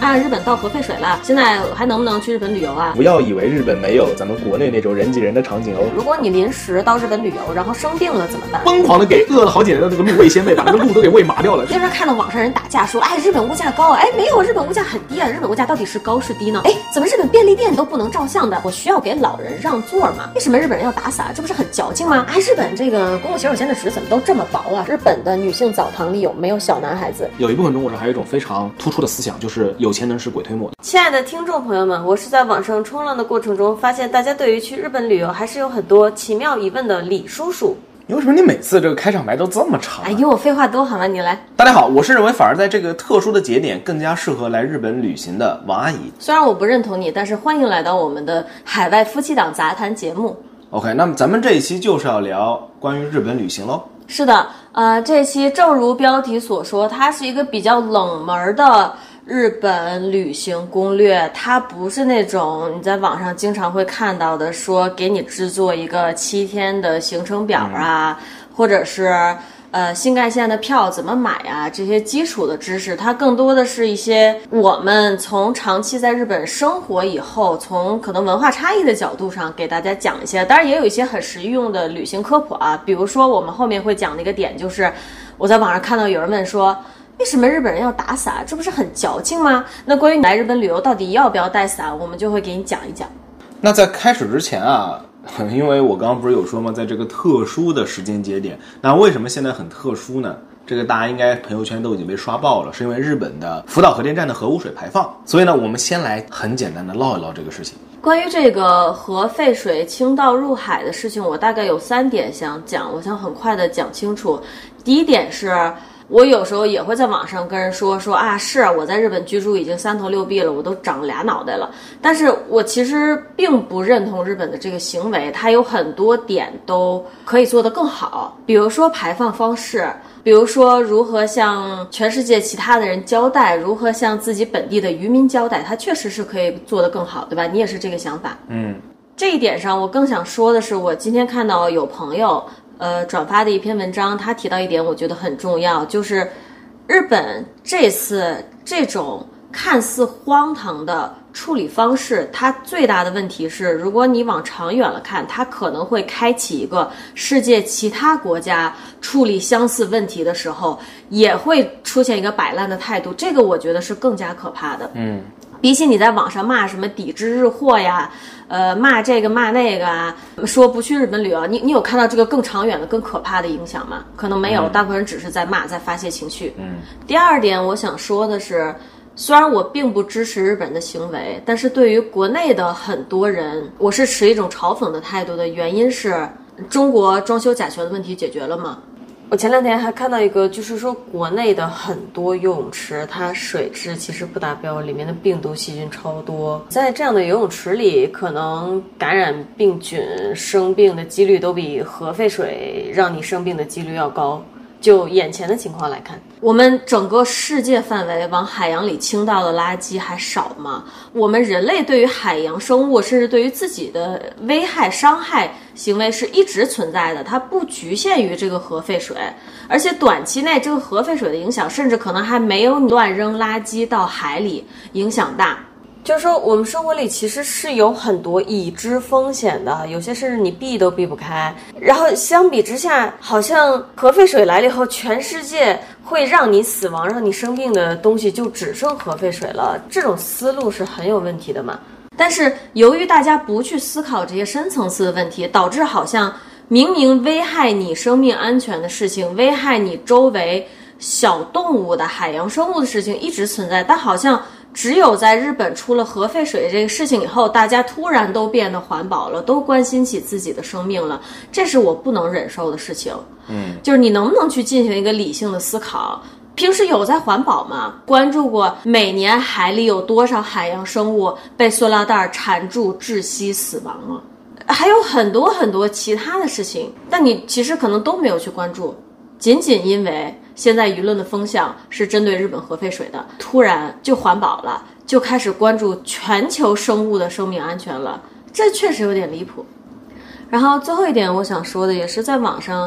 啊，日本到核废水了，现在还能不能去日本旅游啊？ 不要以为日本没有咱们国内那种人挤人的场景哦。 如果你临时到日本旅游，然后生病了怎么办？ 疯狂的给饿了好几年的那个鹿喂鲜喂，把那个鹿都给喂麻掉了。 经常看到网上人打架说，哎，日本物价高，哎，没有，日本物价很低啊，日本物价到底是高是低呢？哎，怎么日本便利店都不能照相的？我需要给老人让座吗？为什么日本人要打伞？这不是很矫情吗？哎，日本这个公共洗手间的纸怎么都这么薄啊？日本的女性澡堂里有没有小男孩子？ 有一部分中国人还有一种非常突出的思想，就是有钱能使鬼推磨。 亲爱的听众朋友们，我是在网上冲浪的过程中发现，大家对于去日本旅游还是有很多奇妙疑问的李叔叔。 为什么你每次这个开场白都这么长？ 哎，因为我废话多好吗？你来。 大家好，我是认为反而在这个特殊的节点更加适合来日本旅行的王阿姨。 虽然我不认同你，但是欢迎来到我们的海外夫妻档杂谈节目。 OK， 那么咱们这一期就是要聊关于日本旅行喽。 是的，这期正如标题所说，它是一个比较冷门的日本旅行攻略，它不是那种你在网上经常会看到的，说给你制作一个7天的行程表啊，或者是新干线的票怎么买啊，这些基础的知识，它更多的是一些我们从长期在日本生活以后，从可能文化差异的角度上给大家讲一些，当然也有一些很实用的旅行科普啊，比如说我们后面会讲的一个点，就是我在网上看到有人问说，为什么日本人要打伞？这不是很矫情吗？那关于来日本旅游到底要不要带伞，我们就会给你讲一讲。 那在开始之前啊，因为我刚刚不是有说吗，在这个特殊的时间节点，那为什么现在很特殊呢？这个大家应该朋友圈都已经被刷爆了，是因为日本的福岛核电站的核污水排放。所以呢，我们先来很简单的唠一唠这个事情。 关于这个核废水倾倒入海的事情，我大概有3点想讲，我想很快的讲清楚。第一点是，我有时候也会在网上跟人说啊，是我在日本居住已经3头6臂了，我都长了2脑袋了。但是我其实并不认同日本的这个行为，它有很多点都可以做得更好，比如说排放方式，比如说如何向全世界其他的人交代，如何向自己本地的渔民交代，它确实是可以做得更好，对吧？你也是这个想法。这一点上我更想说的是，我今天看到有朋友转发的一篇文章，他提到一点我觉得很重要，就是日本这次这种看似荒唐的处理方式，它最大的问题是，如果你往长远了看，它可能会开启一个世界其他国家处理相似问题的时候也会出现一个摆烂的态度，这个我觉得是更加可怕的。比起你在网上骂什么抵制日货呀，骂这个骂那个啊，说不去日本旅游，你有看到这个更长远的、更可怕的影响吗？可能没有，大部分人只是在骂，在发泄情绪。第二点，我想说的是，虽然我并不支持日本的行为，但是对于国内的很多人，我是持一种嘲讽的态度的原因是，中国装修甲醛的问题解决了吗？我前2天还看到一个，就是说国内的很多游泳池，它水质其实不达标，里面的病毒细菌超多，在这样的游泳池里，可能感染病菌、生病的几率都比核废水让你生病的几率要高。就眼前的情况来看，我们整个世界范围往海洋里倾倒的垃圾还少吗？我们人类对于海洋生物，甚至对于自己的危害、伤害行为是一直存在的，它不局限于这个核废水，而且短期内这个核废水的影响，甚至可能还没有乱扔垃圾到海里影响大。就是说我们生活里其实是有很多已知风险的，有些甚至你避都避不开，然后相比之下，好像核废水来了以后，全世界会让你死亡让你生病的东西就只剩核废水了，这种思路是很有问题的嘛。但是由于大家不去思考这些深层次的问题，导致好像明明危害你生命安全的事情，危害你周围小动物的海洋生物的事情一直存在，但好像只有在日本出了核废水这个事情以后，大家突然都变得环保了，都关心起自己的生命了，这是我不能忍受的事情。就是你能不能去进行一个理性的思考？平时有在环保吗？关注过每年海里有多少海洋生物被塑料袋缠住窒息死亡吗？还有很多很多其他的事情，但你其实可能都没有去关注，仅仅因为现在舆论的风向是针对日本核废水的，突然就环保了，就开始关注全球生物的生命安全了，这确实有点离谱。然后最后一点我想说的，也是在网上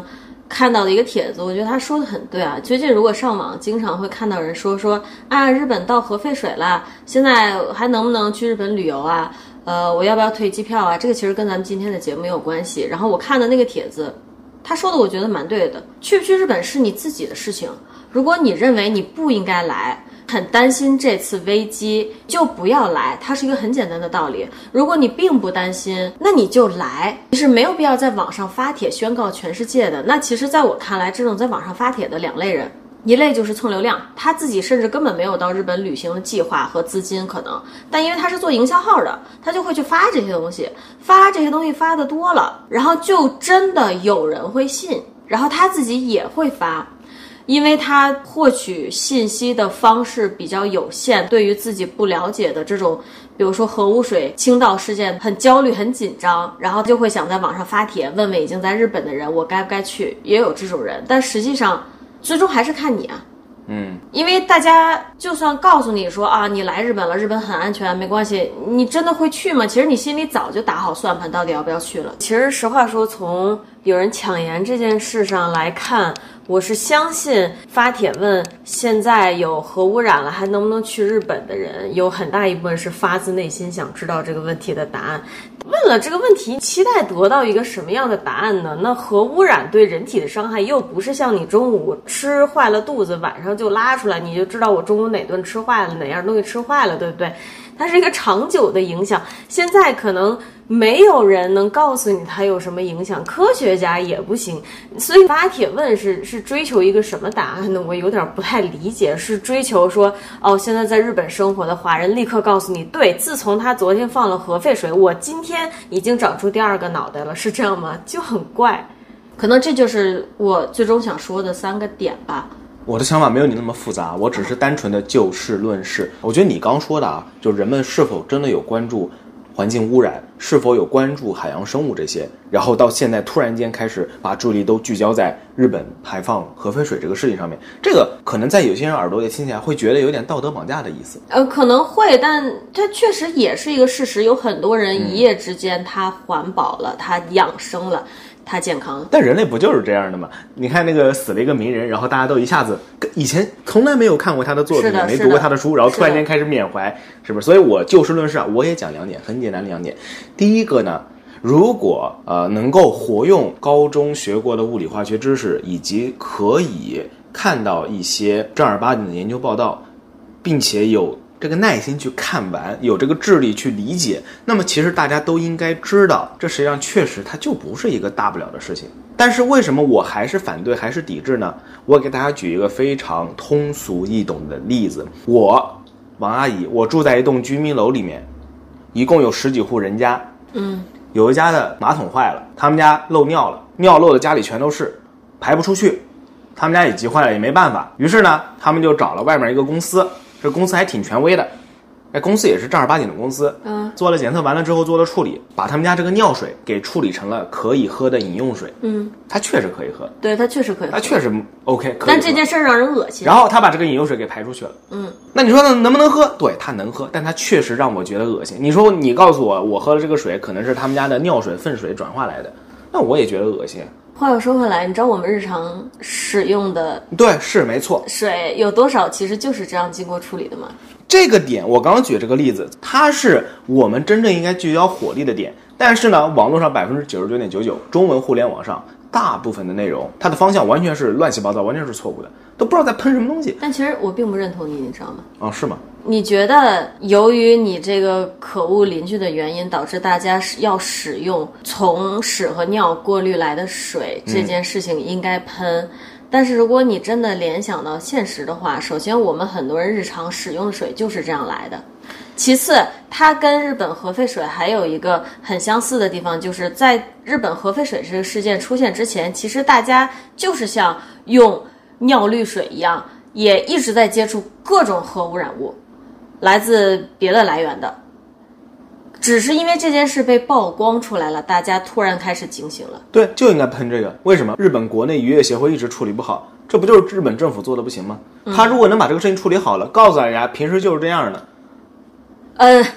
看到的一个帖子，我觉得他说的很对啊。最近如果上网，经常会看到人说啊，日本到核废水了，现在还能不能去日本旅游啊？我要不要退机票啊？这个其实跟咱们今天的节目没有关系。然后我看的那个帖子，他说的我觉得蛮对的，去不去日本是你自己的事情。如果你认为你不应该来，很担心这次危机，就不要来，它是一个很简单的道理。如果你并不担心，那你就来，你是没有必要在网上发帖宣告全世界的。那其实在我看来，这种在网上发帖的两类人，一类就是蹭流量，他自己甚至根本没有到日本旅行的计划和资金可能，但因为他是做营销号的，他就会去发这些东西，发的多了，然后就真的有人会信，然后他自己也会发。因为他获取信息的方式比较有限，对于自己不了解的这种，比如说核污水倾倒事件很焦虑很紧张，然后就会想在网上发帖问问已经在日本的人我该不该去，也有这种人，但实际上最终还是看你啊。因为大家就算告诉你说啊，你来日本了，日本很安全，没关系，你真的会去吗？其实你心里早就打好算盘，到底要不要去了。其实实话说，从有人抢盐这件事上来看，我是相信发帖问现在有核污染了还能不能去日本的人，有很大一部分是发自内心想知道这个问题的答案。问了这个问题，期待得到一个什么样的答案呢？那核污染对人体的伤害又不是像你中午吃坏了肚子，晚上就拉出来，你就知道我中午哪顿吃坏了，哪样东西吃坏了，对不对？它是一个长久的影响。现在可能没有人能告诉你它有什么影响，科学家也不行。所以发帖问是追求一个什么答案呢？我有点不太理解。是追求说，哦，现在在日本生活的华人立刻告诉你，对，自从他昨天放了核废水，我今天已经长出第二个脑袋了，是这样吗？就很怪。可能这就是我最终想说的3个点吧。 我的想法没有你那么复杂，我只是单纯的就事论事。我觉得你刚说的啊，就人们是否真的有关注环境污染，是否有关注海洋生物这些，然后到现在突然间开始把注意力都聚焦在日本排放核废水这个事情上面，这个可能在有些人耳朵里听起来会觉得有点道德绑架的意思。 可能会，但它确实也是一个事实，有很多人一夜之间他环保了，他养生了，他健康了。 但人类不就是这样的吗？你看那个死了一个名人，然后大家都一下子以前从来没有看过他的作品，没读过他的书，然后突然间开始缅怀，是不是？所以我就事论事啊，我也讲2点，很简单的2点。第一个呢，如果能够活用高中学过的物理化学知识，以及可以看到一些正儿八经的研究报道，并且有这个耐心去看完，有这个智力去理解，那么其实大家都应该知道，这实际上确实它就不是一个大不了的事情。但是为什么我还是反对，还是抵制呢？我给大家举一个非常通俗易懂的例子。我王阿姨，我住在一栋居民楼里面，一共有10几户人家，有一家的马桶坏了，他们家漏尿了，尿漏的家里全都是，排不出去，他们家也急坏了，也没办法，于是呢他们就找了外面一个公司，这公司还挺权威的，公司也是正儿八经的公司，做了检测完了之后做了处理，把他们家这个尿水给处理成了可以喝的饮用水。它确实可以喝， 对，它确实可以喝， 它确实 OK 可以喝， 但这件事让人恶心。 然后他把这个饮用水给排出去了，那你说能不能喝？对，它能喝，但它确实让我觉得恶心。你说你告诉我，我喝了这个水可能是他们家的尿水、粪水转化来的，那我也觉得恶心。 话又说回来，你知道我们日常使用的对是没错， 水有多少其实就是这样经过处理的吗？ 这个点我刚刚举这个例子，它是我们真正应该聚焦火力的点。但是呢，网络上99.99%中文互联网上大部分的内容，它的方向完全是乱七八糟，完全是错误的，都不知道在喷什么东西。 但其实我并不认同你，你知道吗？ 哦，是吗？ 你觉得由于你这个可恶邻居的原因，导致大家要使用从屎和尿过滤来的水，这件事情应该喷。但是如果你真的联想到现实的话，首先我们很多人日常使用的水就是这样来的。其次，它跟日本核废水还有一个很相似的地方，就是在日本核废水这个事件出现之前，其实大家就是像用尿滤水一样，也一直在接触各种核污染物，来自别的来源的。只是因为这件事被曝光出来了，大家突然开始警醒了。 对，就应该喷这个。为什么日本国内渔业协会一直处理不好？这不就是日本政府做的不行吗？他如果能把这个事情处理好了，告诉大家平时就是这样的，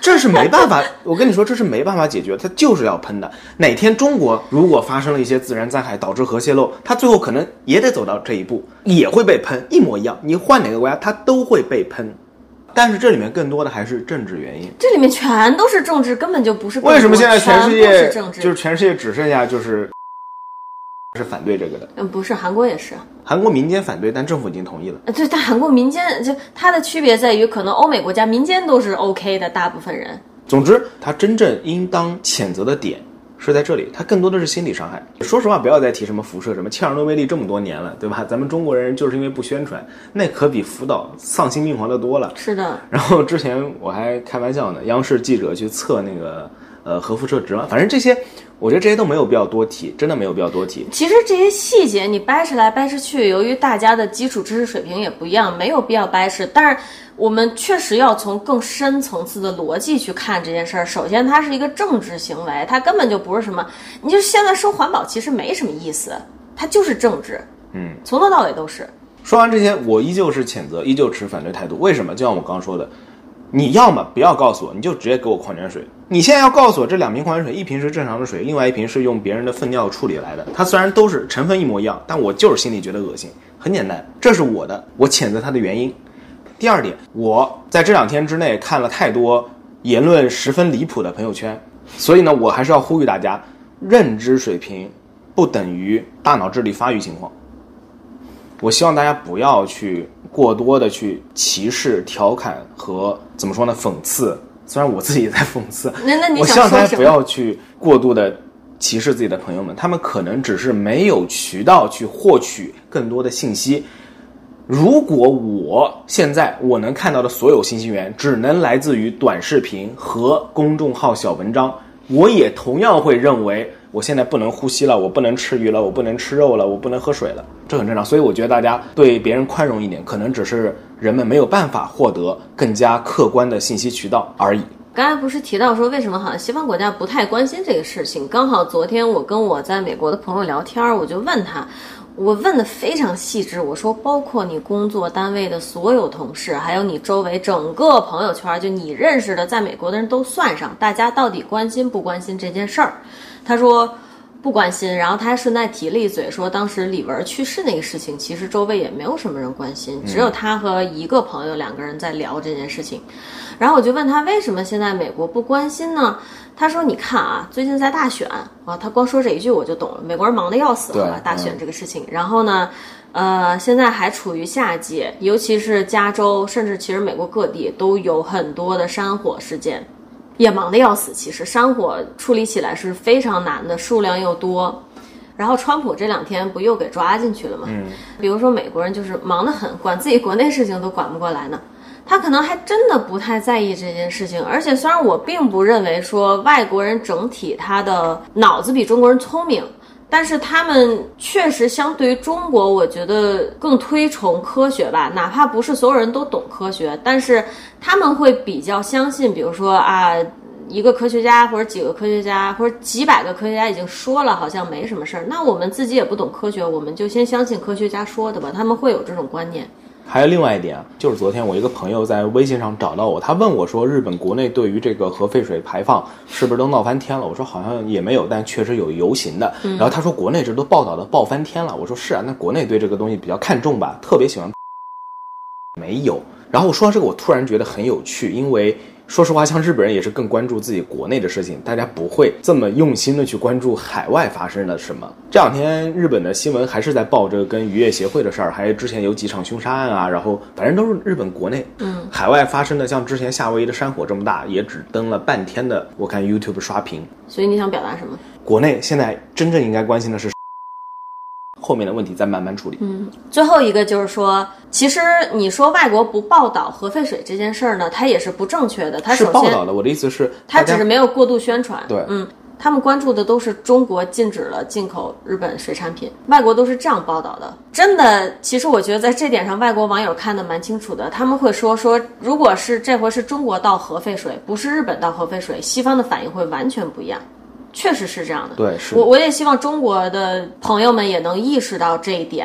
这是没办法，我跟你说，这是没办法解决，它就是要喷的。哪天中国如果发生了一些自然灾害导致核泄漏，它最后可能也得走到这一步，也会被喷，一模一样。你换哪个国家，它都会被喷。但是这里面更多的还是政治原因， 这里面全都是政治，根本就不是为什么现在全世界就是全世界只剩下是反对这个的？ 不是，韩国也是。 韩国民间反对，但政府已经同意了。 对，但韩国民间就它的区别在于，可能欧美国家民间都是 OK 的，大部分人。 总之，它真正应当谴责的点是在这里，它更多的是心理伤害。说实话，不要再提什么辐射，什么切尔诺贝利这么多年了，对吧？咱们中国人就是因为不宣传，那可比福岛丧心病狂的多了。 是的。 然后之前我还开玩笑呢，央视记者去测那个核辐射值嘛，反正这些。我觉得这些都没有必要多提，真的没有必要多提。 其实这些细节你掰扯来掰扯去，由于大家的基础知识水平也不一样，没有必要掰扯。但是我们确实要从更深层次的逻辑去看这件事儿。首先，它是一个政治行为，它根本就不是什么，你就现在说环保其实没什么意思，它就是政治，从头到尾都是。 说完这些，我依旧是谴责，依旧持反对态度。为什么？就像我刚刚说的。你要么不要告诉我，你就直接给我矿泉水。你现在要告诉我，这2瓶矿泉水，一瓶是正常的水，另外一瓶是用别人的粪尿处理来的。它虽然都是成分一模一样，但我就是心里觉得恶心。很简单，这是我谴责它的原因。第二点，我在这2天之内看了太多言论十分离谱的朋友圈，所以呢，我还是要呼吁大家，认知水平不等于大脑智力发育情况。我希望大家不要去过多的去歧视、调侃和怎么说呢，讽刺。虽然我自己也在讽刺， 那你我希望大家不要去过度的歧视自己的朋友们，他们可能只是没有渠道去获取更多的信息。如果我现在我能看到的所有信息源只能来自于短视频和公众号小文章，我也同样会认为我现在不能呼吸了，我不能吃鱼了，我不能吃肉了，我不能喝水了，这很正常。所以我觉得大家对别人宽容一点，可能只是人们没有办法获得更加客观的信息渠道而已。 刚才不是提到说为什么好像西方国家不太关心这个事情，刚好昨天我跟我在美国的朋友聊天，我就问他，我问的非常细致，我说包括你工作单位的所有同事，还有你周围整个朋友圈，就你认识的在美国的人都算上，大家到底关心不关心这件事儿？他说不关心，然后他还顺带提了一嘴，说当时李文去世那个事情，其实周围也没有什么人关心，只有他和一个朋友2个人在聊这件事情。然后我就问他为什么现在美国不关心呢？他说你看啊，最近在大选啊，他光说这一句我就懂了，美国人忙得要死，好吧，大选这个事情。然后呢现在还处于夏季，尤其是加州，甚至其实美国各地都有很多的山火事件，也忙得要死。其实山火处理起来是非常难的，数量又多。然后川普这2天不又给抓进去了吗？比如说美国人就是忙得很，管自己国内事情都管不过来呢。他可能还真的不太在意这件事情，而且虽然我并不认为说外国人整体他的脑子比中国人聪明，但是他们确实相对于中国，我觉得更推崇科学吧，哪怕不是所有人都懂科学，但是他们会比较相信，比如说啊，一个科学家或者几个科学家或者几百个科学家已经说了，好像没什么事儿，那我们自己也不懂科学，我们就先相信科学家说的吧，他们会有这种观念。 还有另外一点啊，就是昨天我一个朋友在微信上找到我，他问我说日本国内对于这个核废水排放是不是都闹翻天了？我说好像也没有，但确实有游行的。然后他说国内这都报道的爆翻天了。我说是啊，那国内对这个东西比较看重吧，特别喜欢没有。然后我说到这个，我突然觉得很有趣，因为说实话，像日本人也是更关注自己国内的事情，大家不会这么用心的去关注海外发生了什么。这2天日本的新闻还是在报这个跟渔业协会的事儿，还有之前有几场凶杀案啊，然后反正都是日本国内。海外发生的像之前夏威夷的山火这么大，也只登了半天的，我看 YouTube 刷屏。 所以你想表达什么？ 国内现在真正应该关心的是后面的问题再慢慢处理。 最后一个就是说，其实你说外国不报道核废水这件事儿呢，它也是不正确的。它首先是报道的，我的意思是， 它只是没有过度宣传。 对， 他们关注的都是中国禁止了进口日本水产品，外国都是这样报道的。真的，其实我觉得在这点上，外国网友看得蛮清楚的。他们会说，如果是这回是中国倒核废水，不是日本倒核废水，西方的反应会完全不一样。确实是这样的。 对，是我也希望中国的朋友们也能意识到这一点。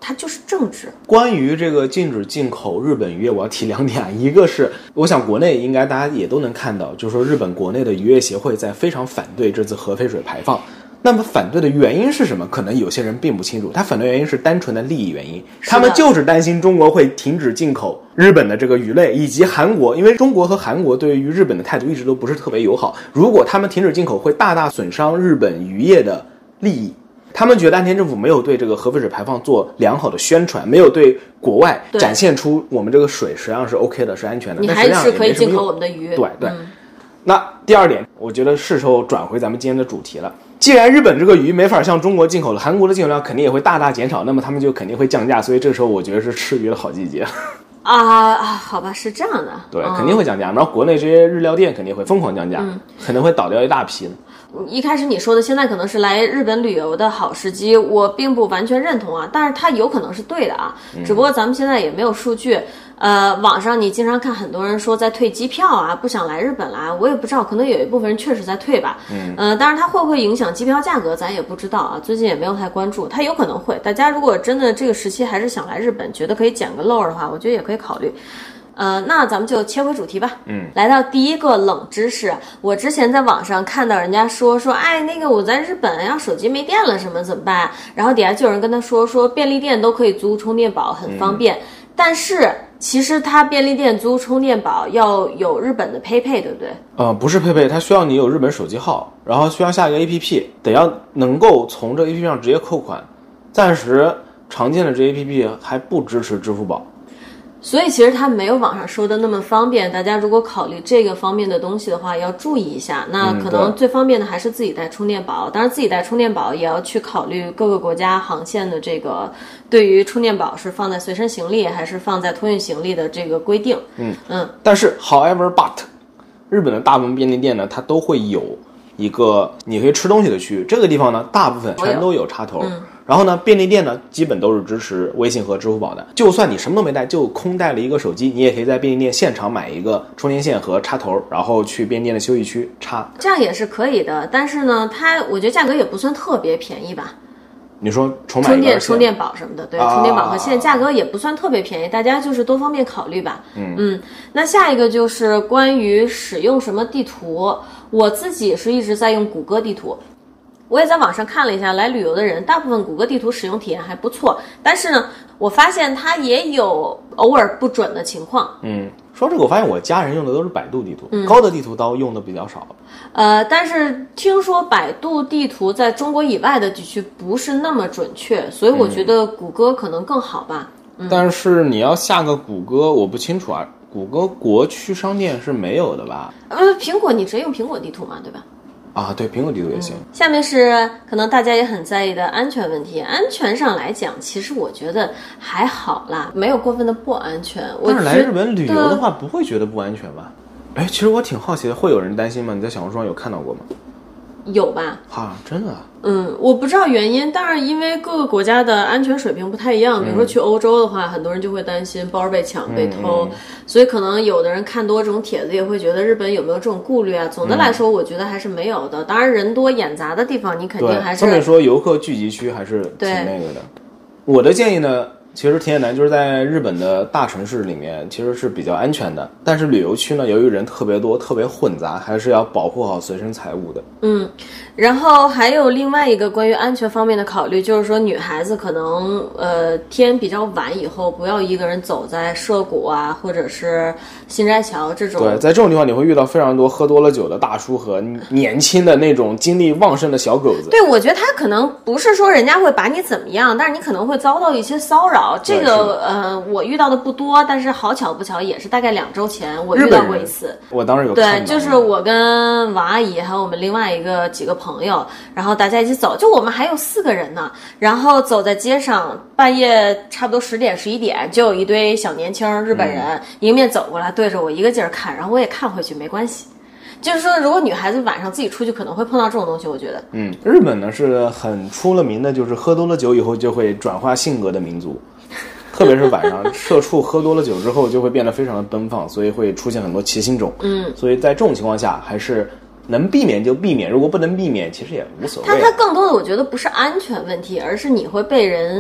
它就是政治。 关于这个禁止进口日本渔业，我要提2点啊，一个是我想国内应该大家也都能看到，就是说日本国内的渔业协会在非常反对这次核废水排放。那么反对的原因是什么？可能有些人并不清楚，他反对原因是单纯的利益原因，他们就是担心中国会停止进口日本的这个鱼类，以及韩国，因为中国和韩国对于日本的态度一直都不是特别友好，如果他们停止进口，会大大损伤日本渔业的利益。他们觉得岸田政府没有对这个核废水排放做良好的宣传，没有对国外展现出我们这个水实际上是 OK 的，是安全的， 你还是可以进口我们的鱼。 对对。那第2点，我觉得是时候转回咱们今天的主题了。既然日本这个鱼没法向中国进口了，韩国的进口量肯定也会大大减少，那么他们就肯定会降价，所以这时候我觉得是吃鱼的好季节。 好吧，是这样的。 对，肯定会降价，然后国内这些日料店肯定会疯狂降价，可能会倒掉一大批。 一开始你说的现在可能是来日本旅游的好时机，我并不完全认同啊，但是它有可能是对的啊，只不过咱们现在也没有数据。网上你经常看很多人说在退机票啊，不想来日本啦，我也不知道，可能有一部分人确实在退吧。当然它会不会影响机票价格，咱也不知道啊，最近也没有太关注，它有可能会。大家如果真的这个时期还是想来日本，觉得可以捡个漏的话，我觉得也可以考虑。那咱们就切回主题吧。来到第一个冷知识，我之前在网上看到人家说，哎，那个我在日本要手机没电了什么怎么办？然后底下就有人跟他说便利店都可以租充电宝，很方便。但是其实它便利店租充电宝要有日本的 PayPay， 对不对？ 不是 PayPay， 它需要你有日本手机号，然后需要下一个 APP， 得要能够从这 APP 上直接扣款。暂时常见的这 APP 还不支持支付宝。 所以其实它没有网上说的那么方便，大家如果考虑这个方面的东西的话，要注意一下。那可能最方便的还是自己带充电宝，当然自己带充电宝也要去考虑各个国家航线的这个对于充电宝是放在随身行李还是放在托运行李的这个规定。 但是 however but， 日本的大部分便利店呢，它都会有一个你可以吃东西的区域，这个地方呢大部分全都有插头。然后呢，便利店呢基本都是支持微信和支付宝的。就算你什么都没带，就空带了一个手机，你也可以在便利店现场买一个充电线和插头，然后去便利店的休息区插。 这样也是可以的，但是呢，我觉得价格也不算特别便宜吧。 你说充电宝什么的，对，充电宝和线价格也不算特别便宜，大家就是多方面考虑吧。那下一个就是关于使用什么地图，我自己是一直在用谷歌地图。我也在网上看了一下，来旅游的人大部分谷歌地图使用体验还不错，但是呢，我发现它也有偶尔不准的情况。 说这个我发现我家人用的都是百度地图，高德地图倒用的比较少。 但是听说百度地图在中国以外的地区不是那么准确，所以我觉得谷歌可能更好吧。 但是你要下个谷歌，我不清楚啊，谷歌国区商店是没有的吧？ 苹果你直接用苹果地图嘛，对吧？ 对，苹果地图也行。 下面是可能大家也很在意的安全问题。安全上来讲，其实我觉得还好啦，没有过分的不安全。 但是来日本旅游的话，不会觉得不安全吧？其实我挺好奇的，会有人担心吗？你在小红书上有看到过吗？ 有吧？ 真的？ 我不知道原因，当然因为各个国家的安全水平不太一样。比如说去欧洲的话，很多人就会担心包被抢、被偷，所以可能有的人看多这种帖子也会觉得日本有没有这种顾虑啊？总的来说，我觉得还是没有的。当然，人多眼杂的地方，你肯定还是。 这么说，游客聚集区还是挺那个的。我的建议呢，其实田野南就是在日本的大城市里面其实是比较安全的，但是旅游区呢，由于人特别多、特别混杂，还是要保护好随身财物的。 然后还有另外一个关于安全方面的考虑，就是说女孩子可能天比较晚以后，不要一个人走在涉谷啊，或者是新斋桥这种。 对，在这种地方你会遇到非常多喝多了酒的大叔和年轻的那种精力旺盛的小狗子。 对，我觉得他可能不是说人家会把你怎么样，但是你可能会遭到一些骚扰。这个我遇到的不多，但是好巧不巧也是大概2周前我遇到过一次。 我当时有看到。 对，就是我跟王阿姨还有我们另外几个朋友，然后大家一起走，就我们还有4个人呢，然后走在街上，半夜差不多10点11点，就有一堆小年轻日本人迎面走过来，对着我一个劲儿看，然后我也看回去，没关系。就是说，如果女孩子晚上自己出去，可能会碰到这种东西。我觉得， 日本呢是很出了名的，就是喝多了酒以后就会转化性格的民族。特别是晚上，社畜喝多了酒之后就会变得非常的奔放，所以会出现很多奇行种。所以在这种情况下，还是能避免就避免，如果不能避免，其实也无所谓。 它更多的我觉得不是安全问题，而是你会被人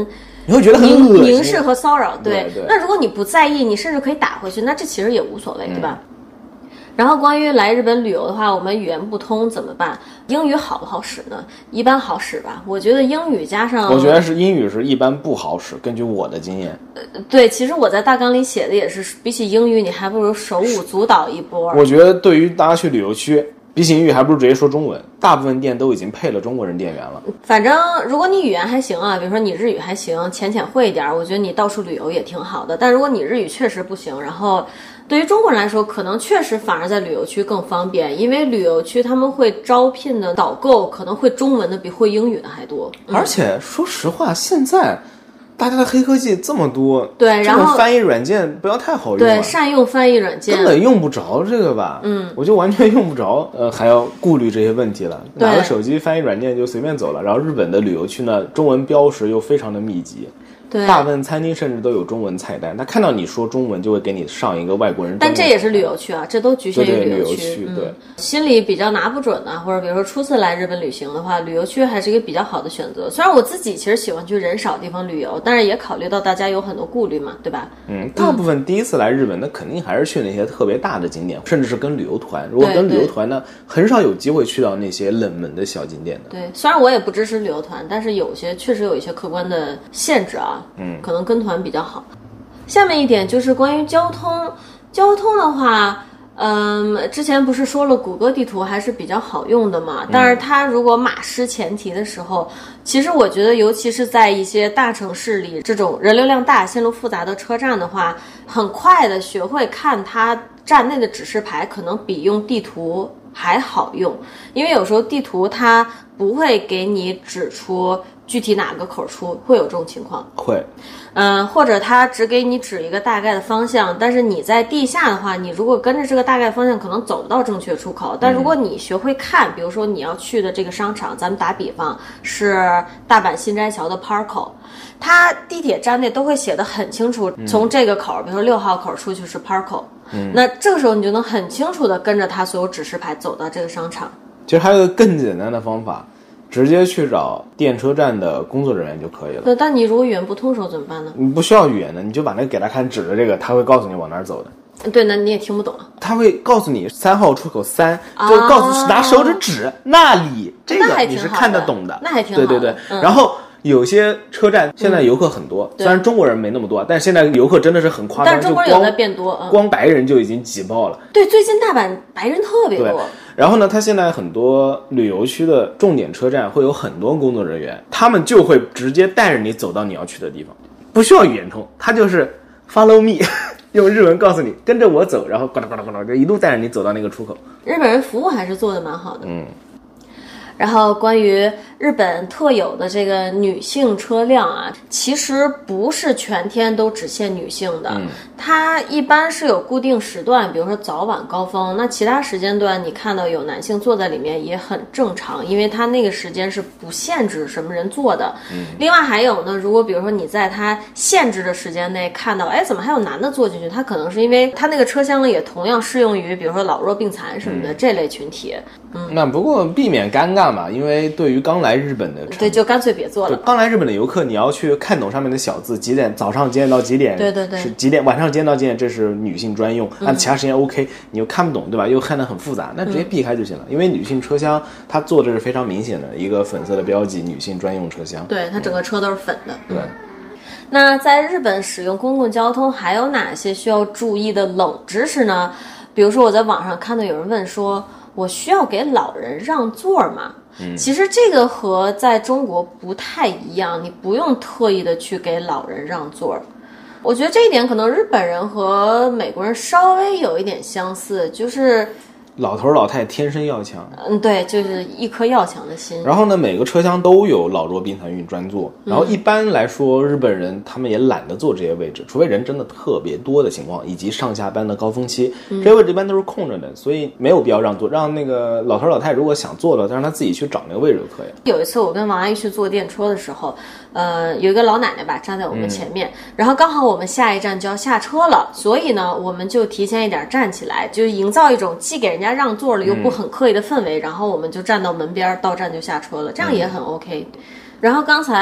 你会觉得很恶心、 凝视和骚扰。 对， 那如果你不在意，你甚至可以打回去，那这其实也无所谓，对吧？然后关于来日本旅游的话，我们语言不通怎么办？英语好不好使呢？一般好使吧。我觉得英语加上， 我觉得是英语是一般不好使，根据我的经验。 对，其实我在大纲里写的也是，比起英语，你还不如手舞足蹈一波。 我觉得对于大家去旅游区，比起英语还不如直接说中文。大部分店都已经配了中国人店员了。 反正如果你语言还行啊，比如说你日语还行，浅会一点，我觉得你到处旅游也挺好的。但如果你日语确实不行，然后对于中国人来说，可能确实反而在旅游区更方便，因为旅游区他们会招聘的导购可能会中文的比会英语的还多。 而且说实话，现在大家的黑科技这么多， 对，然后翻译软件不要太好用了， 对，善用翻译软件根本用不着这个吧？我就完全用不着，还要顾虑这些问题了。拿个手机翻译软件就随便走了。然后日本的旅游区呢，中文标识又非常的密集。 对， 大部分餐厅甚至都有中文菜单，他看到你说中文就会给你上一个外国人。 但这也是旅游区啊，这都局限于旅游区。对， 心里比较拿不准的，或者比如说初次来日本旅行的话，旅游区还是一个比较好的选择。虽然我自己其实喜欢去人少地方旅游，但是也考虑到大家有很多顾虑嘛，对吧？ 大部分第一次来日本，那肯定还是去那些特别大的景点，甚至是跟旅游团。如果跟旅游团呢，很少有机会去到那些冷门的小景点的。 对，虽然我也不支持旅游团，但是确实有一些客观的限制啊。可能跟团比较好。下面一点就是关于交通。交通的话，之前不是说了谷歌地图还是比较好用的嘛？但是它如果码失前提的时候，其实我觉得，尤其是在一些大城市里，这种人流量大、线路复杂的车站的话，很快的学会看它站内的指示牌，可能比用地图还好用。因为有时候地图它不会给你指出具体哪个口出，会有这种情况。 会。 或者他只给你指一个大概的方向，但是你在地下的话，你如果跟着这个大概方向，可能走不到正确出口。但如果你学会看，比如说你要去的这个商场，咱们打比方是大阪新斋桥的 Parco， 它地铁站内都会写得很清楚，从这个口，比如说6号口出去是 Parco，那这个时候你就能很清楚的跟着它所有指示牌走到这个商场。 其实还有一个更简单的方法。直接去找电车站的工作人员就可以了。 对，但你如果语言不通手怎么办呢？ 你不需要语言的，你就把那个给他看，指着这个，他会告诉你往哪儿走的。 对，那你也听不懂。 他会告诉你3号出口3，就告诉拿手指指那里，这个你是看得懂的。 那还挺好的。 对。然后有些车站现在游客很多，虽然中国人没那么多，但是现在游客真的是很夸张， 但是中国人有在变多， 光白人就已经挤爆了。 对，最近大阪白人特别多。 然后呢，它现在很多旅游区的重点车站会有很多工作人员，他们就会直接带着你走到你要去的地方，不需要语言通，他就是 follow me， 用日文告诉你跟着我走，然后呱啦呱啦呱啦就一路带着你走到那个出口。 日本人服务还是做的蛮好的。然后关于日本特有的这个女性车辆啊，其实不是全天都只限女性的，它一般是有固定时段，比如说早晚高峰，那其他时间段你看到有男性坐在里面也很正常，因为它那个时间是不限制什么人坐的。另外还有呢，如果比如说你在它限制的时间内看到，怎么还有男的坐进去，它可能是因为它那个车厢呢也同样适用于比如说老弱病残什么的这类群体。 那不过避免尴尬嘛，因为对于刚来日本的对，就干脆别做了。 刚来日本的游客，你要去看懂上面的小字，几点早上几点到几点， 对， 是几点晚上几点到几点，这是女性专用，那其他时间 OK， 你又看不懂，对吧？又看得很复杂，那直接避开就行了。因为女性车厢它做的是非常明显的一个粉色的标记，女性专用车厢， 对，它整个车都是粉的。 对。 那在日本使用公共交通还有哪些需要注意的冷知识呢？比如说我在网上看到有人问说，我需要给老人让座吗？其实这个和在中国不太一样，你不用特意的去给老人让座。我觉得这一点可能日本人和美国人稍微有一点相似，就是老头老太天生要强。 对，就是一颗要强的心。 然后呢，每个车厢都有老弱病残孕专座。然后一般来说，日本人他们也懒得坐这些位置，除非人真的特别多的情况，以及上下班的高峰期，这些位置一般都是空着的，所以没有必要让座。让那个老头老太如果想坐了，让他自己去找那个位置就可以了。 有一次我跟王阿姨去坐电车的时候，有一个老奶奶吧站在我们前面，然后刚好我们下一站就要下车了，所以呢，我们就提前一点站起来，就营造一种既给人家让座了又不很刻意的氛围，然后我们就站到门边，到站就下车了，这样也很 OK。然后刚才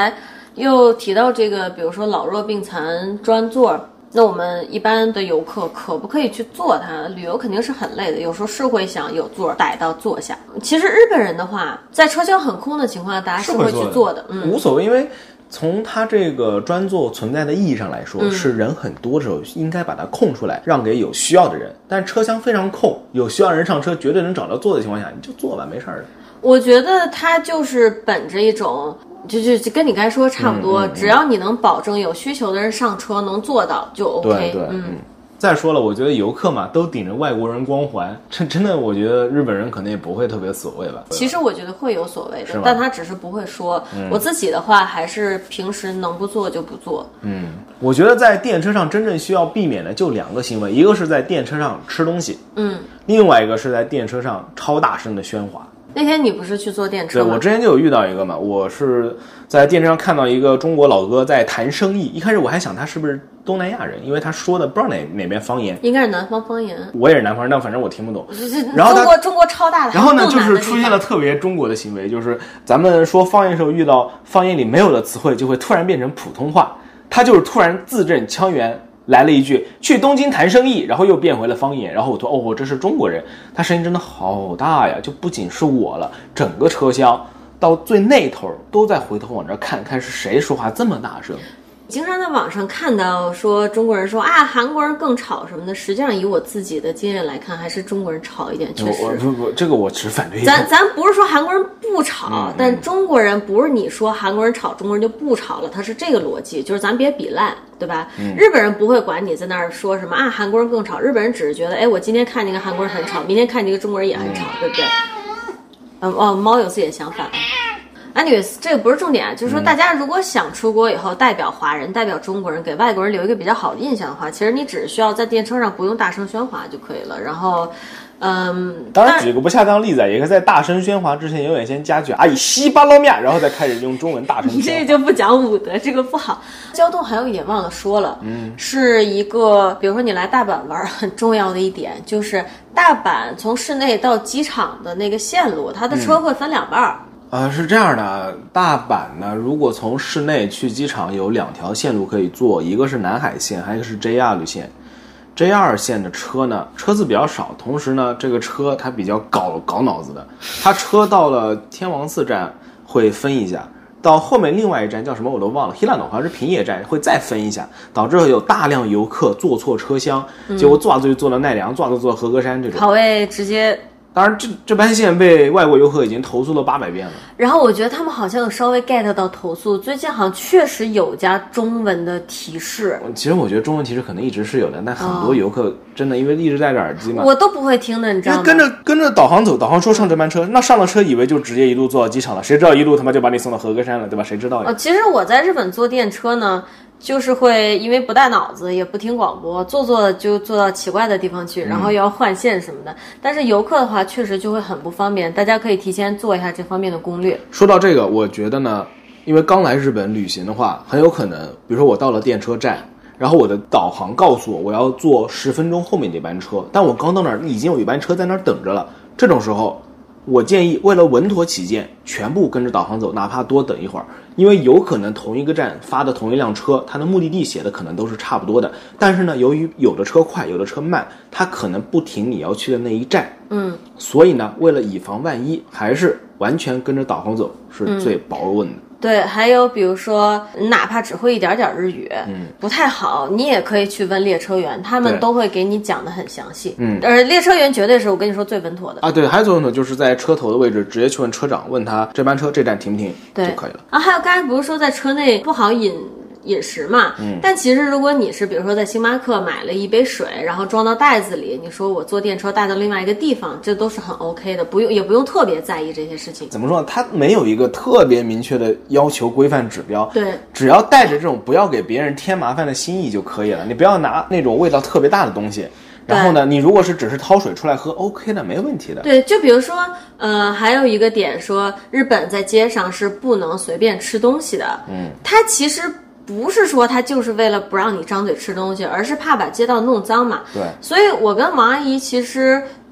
又提到这个，比如说老弱病残专座，那我们一般的游客可不可以去坐它？旅游肯定是很累的，有时候是会想有座逮到坐下。其实日本人的话，在车厢很空的情况下，大家是会去坐的， 无所谓，因为从它这个专座存在的意义上来说，是人很多的时候应该把它空出来，让给有需要的人。但车厢非常空，有需要人上车，绝对能找到座的情况下，你就坐吧，没事的。 我觉得它就是本着一种。就跟你刚才说的差不多，只要你能保证有需求的人上车能做到就 OK。 对，再说了，我觉得游客嘛都顶着外国人光环，真的，我觉得日本人可能也不会特别所谓吧。 其实我觉得会有所谓的，但他只是不会说。我自己的话，还是平时能不做就不做。 我觉得在电车上真正需要避免的就2个行为，一个是在电车上吃东西，另外一个是在电车上超大声的喧哗。 那天你不是去坐电车吗？ 对，我之前就有遇到一个嘛，我是在电车上看到一个中国老哥在谈生意，一开始我还想他是不是东南亚人，因为他说的不知道哪边方言， 应该是南方方言。 我也是南方人，但反正我听不懂。 然后中国超大的， 然后呢，就是出现了特别中国的行为，就是咱们说方言的时候遇到方言里没有的词汇，就会突然变成普通话，他就是突然字正腔圆。来了一句去东京谈生意，然后又变回了方言，然后我说哦，这是中国人，他声音真的好大呀，就不仅是我了，整个车厢到最那头都在回头往这看看是谁说话这么大声。 经常在网上看到说中国人说啊韩国人更吵什么的，实际上以我自己的经验来看，还是中国人吵一点，确实。 不，这个我持反对。 咱不是说韩国人不吵，但中国人不是你说韩国人吵，中国人就不吵了，他是这个逻辑，就是咱别比烂，对吧？日本人不会管你在那儿说什么啊韩国人更吵，日本人只是觉得，哎，我今天看这个韩国人很吵，明天看这个中国人也很吵，对不对？猫有自己的想法啊。Anyways， 这个不是重点，就是说大家如果想出国以后代表华人、代表中国人，给外国人留一个比较好的印象的话，其实你只需要在电车上不用大声喧哗就可以了。然后， 当然举个不恰当例子，也可以在大声喧哗之前永远先加句“阿姨西巴捞面”，然后再开始用中文大声喧哗。 这个就不讲武德，这个不好。交通还有一点忘了说了，是一个，比如说你来大阪玩，很重要的一点就是大阪从市内到机场的那个线路，它的车会分2半。 是这样的，大阪呢，如果从市内去机场有2条线路可以坐，一个是南海线，还有一个是 JR 线。JR 线的车呢，车次比较少，同时呢，这个车它比较搞脑子的，它车到了天王寺站会分一下，到后面另外一站叫什么我都忘了 ，Hirano 好像是平野站会再分一下，导致有大量游客坐错车厢，结果坐就坐到奈良，坐到和歌山这种。 跑位直接。 当然这班线被外国游客已经投诉了800遍了。 然后我觉得他们好像有稍微 get 到投诉，最近好像确实有加中文的提示。 其实我觉得中文提示可能一直是有的，但很多游客真的因为一直戴着耳机嘛， 我都不会听的，你知道吗？ 跟着导航走，导航说上这班车，那上了车以为就直接一路坐到机场了，谁知道一路他妈就把你送到和歌山了，对吧？谁知道呀？ 其实我在日本坐电车呢。就是会因为不带脑子，也不听广播，坐就坐到奇怪的地方去，然后又要换线什么的。但是游客的话，确实就会很不方便，大家可以提前做一下这方面的攻略。 说到这个，我觉得呢，因为刚来日本旅行的话，很有可能，比如说我到了电车站，然后我的导航告诉我要坐10分钟后面这班车，但我刚到那儿已经有一班车在那儿等着了。这种时候，我建议为了稳妥起见，全部跟着导航走，哪怕多等一会儿，因为有可能同一个站发的同一辆车，它的目的地写的可能都是差不多的，但是呢，由于有的车快，有的车慢，它可能不停你要去的那一站，所以呢，为了以防万一，还是完全跟着导航走是最保稳的。 对，还有比如说，哪怕只会一点点日语，不太好，你也可以去问列车员，他们都会给你讲的很详细。列车员绝对是我跟你说最稳妥的啊。对，还有最稳妥就是在车头的位置直接去问车长，问他这班车这站停不停就可以了。 还有刚才不是说在车内不好饮食嘛，但其实如果你是比如说在星巴克买了一杯水，然后装到袋子里，你说我坐电车带到另外一个地方，这都是很 OK 的，也不用特别在意这些事情。 怎么说呢？它没有一个特别明确的要求规范指标， 对， 只要带着这种不要给别人添麻烦的心意就可以了。你不要拿那种味道特别大的东西。然后呢，你如果是只是掏水出来喝 ，OK 的，没问题的。 对，就比如说，还有一个点说，日本在街上是不能随便吃东西的。它其实不是说它就是为了不让你张嘴吃东西，而是怕把街道弄脏嘛。 对， 所以我跟王阿姨其实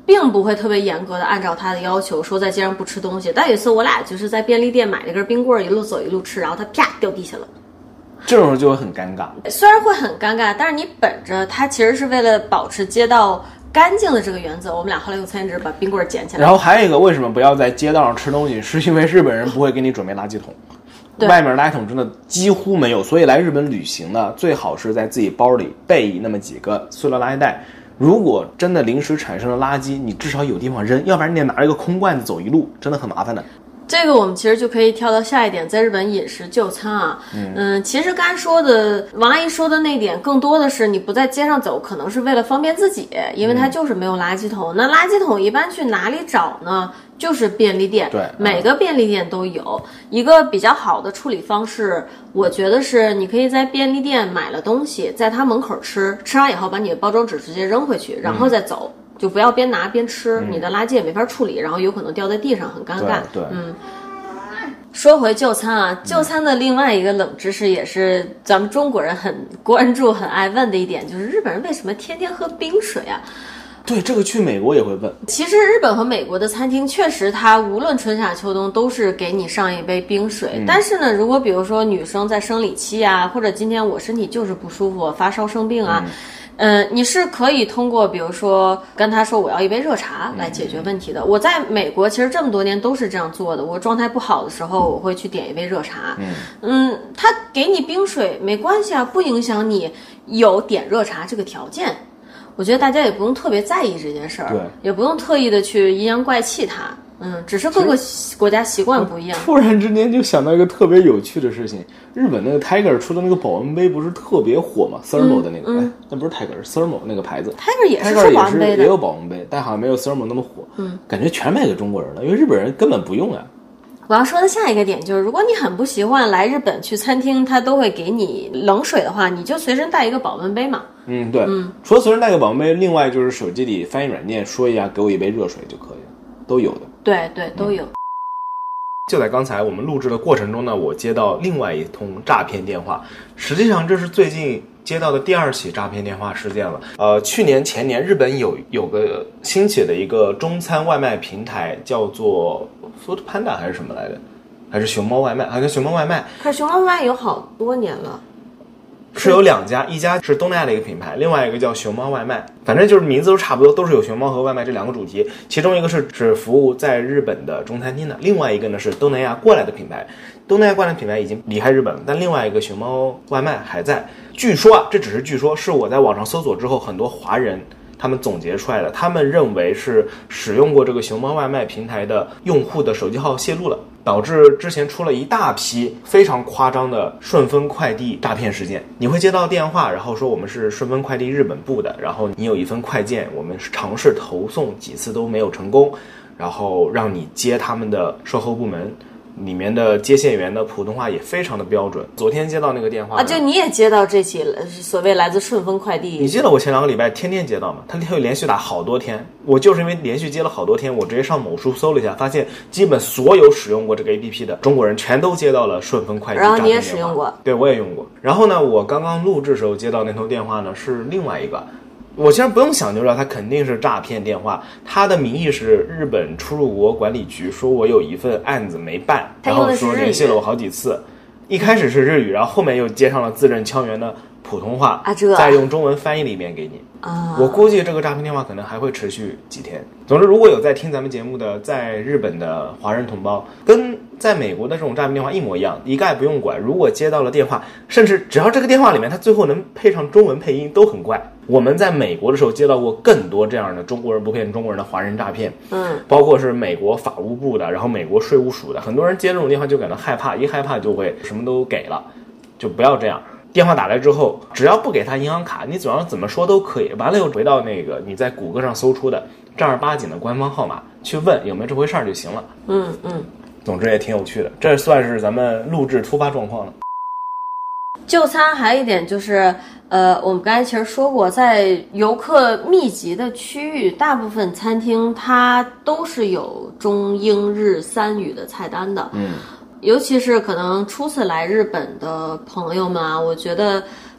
并不会特别严格的按照他的要求说在街上不吃东西。但有一次我俩就是在便利店买了根冰棍，一路走一路吃，然后他啪掉地下了。 这种时候就会很尴尬。 虽然会很尴尬，但是你本着他其实是为了保持街道干净的这个原则，我们俩后来用餐巾纸把冰棍捡起来。 然后还有一个，为什么不要在街道上吃东西？是因为日本人不会给你准备垃圾桶，外面垃圾桶真的几乎没有，所以来日本旅行呢，最好是在自己包里备那么几个塑料垃圾袋。如果真的临时产生了垃圾，你至少有地方扔，要不然你得拿一个空罐子走一路，真的很麻烦的。 这个我们其实就可以跳到下一点，在日本饮食就餐啊，其实刚才说的王阿姨说的那点，更多的是你不在街上走，可能是为了方便自己，因为它就是没有垃圾桶。那垃圾桶一般去哪里找呢？就是便利店， 对， 每个便利店都有一个比较好的处理方式。我觉得是你可以在便利店买了东西，在它门口吃完以后，把你的包装纸直接扔回去，然后再走。就不要边拿边吃，你的垃圾也没法处理，然后有可能掉在地上，很尴尬。 对， 说回就餐啊，就餐的另外一个冷知识也是咱们中国人很关注、很爱问的一点，就是日本人为什么天天喝冰水啊？ 对，这个去美国也会问。 其实日本和美国的餐厅确实，它无论春夏秋冬都是给你上一杯冰水。但是呢，如果比如说女生在生理期啊，或者今天我身体就是不舒服，发烧生病啊。你是可以通过比如说跟他说我要一杯热茶来解决问题的。我在美国其实这么多年都是这样做的。我状态不好的时候，我会去点一杯热茶。他给你冰水没关系啊，不影响你有点热茶这个条件。我觉得大家也不用特别在意这件事儿，也不用特意的去阴阳怪气它。只是各个国家习惯不一样。 突然之间就想到一个特别有趣的事情，日本那个 Tiger 出的那个保温杯不是特别火吗 ？Thermo 的那个，那不是 Tiger， 是 Thermo 那个牌子。 Tiger 也是保温杯的， 也有保温杯，但好像没有 Thermo 那么火。感觉全卖给中国人了，因为日本人根本不用啊。 我要说的下一个点就是，如果你很不习惯来日本去餐厅，他都会给你冷水的话，你就随身带一个保温杯嘛。 对，除了随身带个保温杯，另外就是手机里翻译软件说一下，给我一杯热水就可以了，都有的。 对，都有。 就在刚才我们录制的过程中呢，我接到另外一通诈骗电话，实际上这是最近接到的第2起诈骗电话事件了。去年前年日本有个兴起的一个中餐外卖平台，叫做 Food Panda 还是什么来着？还是熊猫外卖？好像熊猫外卖。 可是熊猫外卖有好多年了。 是有2家，一家是东南亚的一个品牌，另外一个叫熊猫外卖，反正就是名字都差不多，都是有熊猫和外卖这2个主题。其中一个是服务在日本的中餐厅的，另外一个呢是东南亚过来的品牌。东南亚过来的品牌已经离开日本了，但另外一个熊猫外卖还在。据说啊，这只是据说，是我在网上搜索之后，很多华人他们总结出来的。他们认为是使用过这个熊猫外卖平台的用户的手机号泄露了，导致之前出了一大批非常夸张的顺丰快递诈骗事件。你会接到电话，然后说我们是顺丰快递日本部的，然后你有一份快件，我们尝试投送几次都没有成功，然后让你接他们的售后部门。里面的接线员的普通话也非常的标准。昨天接到那个电话就你也接到这起所谓来自顺丰快递？ 你记得我前2个礼拜天天接到吗？他会连续打好多天。我就是因为连续接了好多天，我直接上某书搜了一下，发现基本所有使用过这个 APP 的中国人全都接到了顺丰快递诈骗电话。 然后你也使用过？ 对，我也用过。然后呢，我刚刚录制时候接到那通电话呢，是另外一个。我其实不用想就知道，他肯定是诈骗电话。他的名义是日本出入国管理局，说我有一份案子没办，然后说联系了我好几次。一开始是日语，然后后面又接上了字正腔圆的普通话，再用中文翻译了一遍给你。我估计这个诈骗电话可能还会持续几天。总之，如果有在听咱们节目的在日本的华人同胞，跟在美国的这种诈骗电话一模一样，一概不用管。如果接到了电话，甚至只要这个电话里面它最后能配上中文配音，都很怪。我们在美国的时候接到过更多这样的中国人不骗中国人的华人诈骗，包括是美国法务部的，然后美国税务署的，很多人接这种电话就感到害怕，一害怕就会什么都给了，就不要这样。电话打来之后，只要不给他银行卡，你总要怎么说都可以。完了又回到那个你在谷歌上搜出的正儿八经的官方号码去问有没有这回事儿就行了。总之也挺有趣的，这算是咱们录制突发状况了。 就餐还有一点就是，我们刚才其实说过，在游客密集的区域，大部分餐厅它都是有中英日3语的菜单的。尤其是可能初次来日本的朋友们啊，我觉得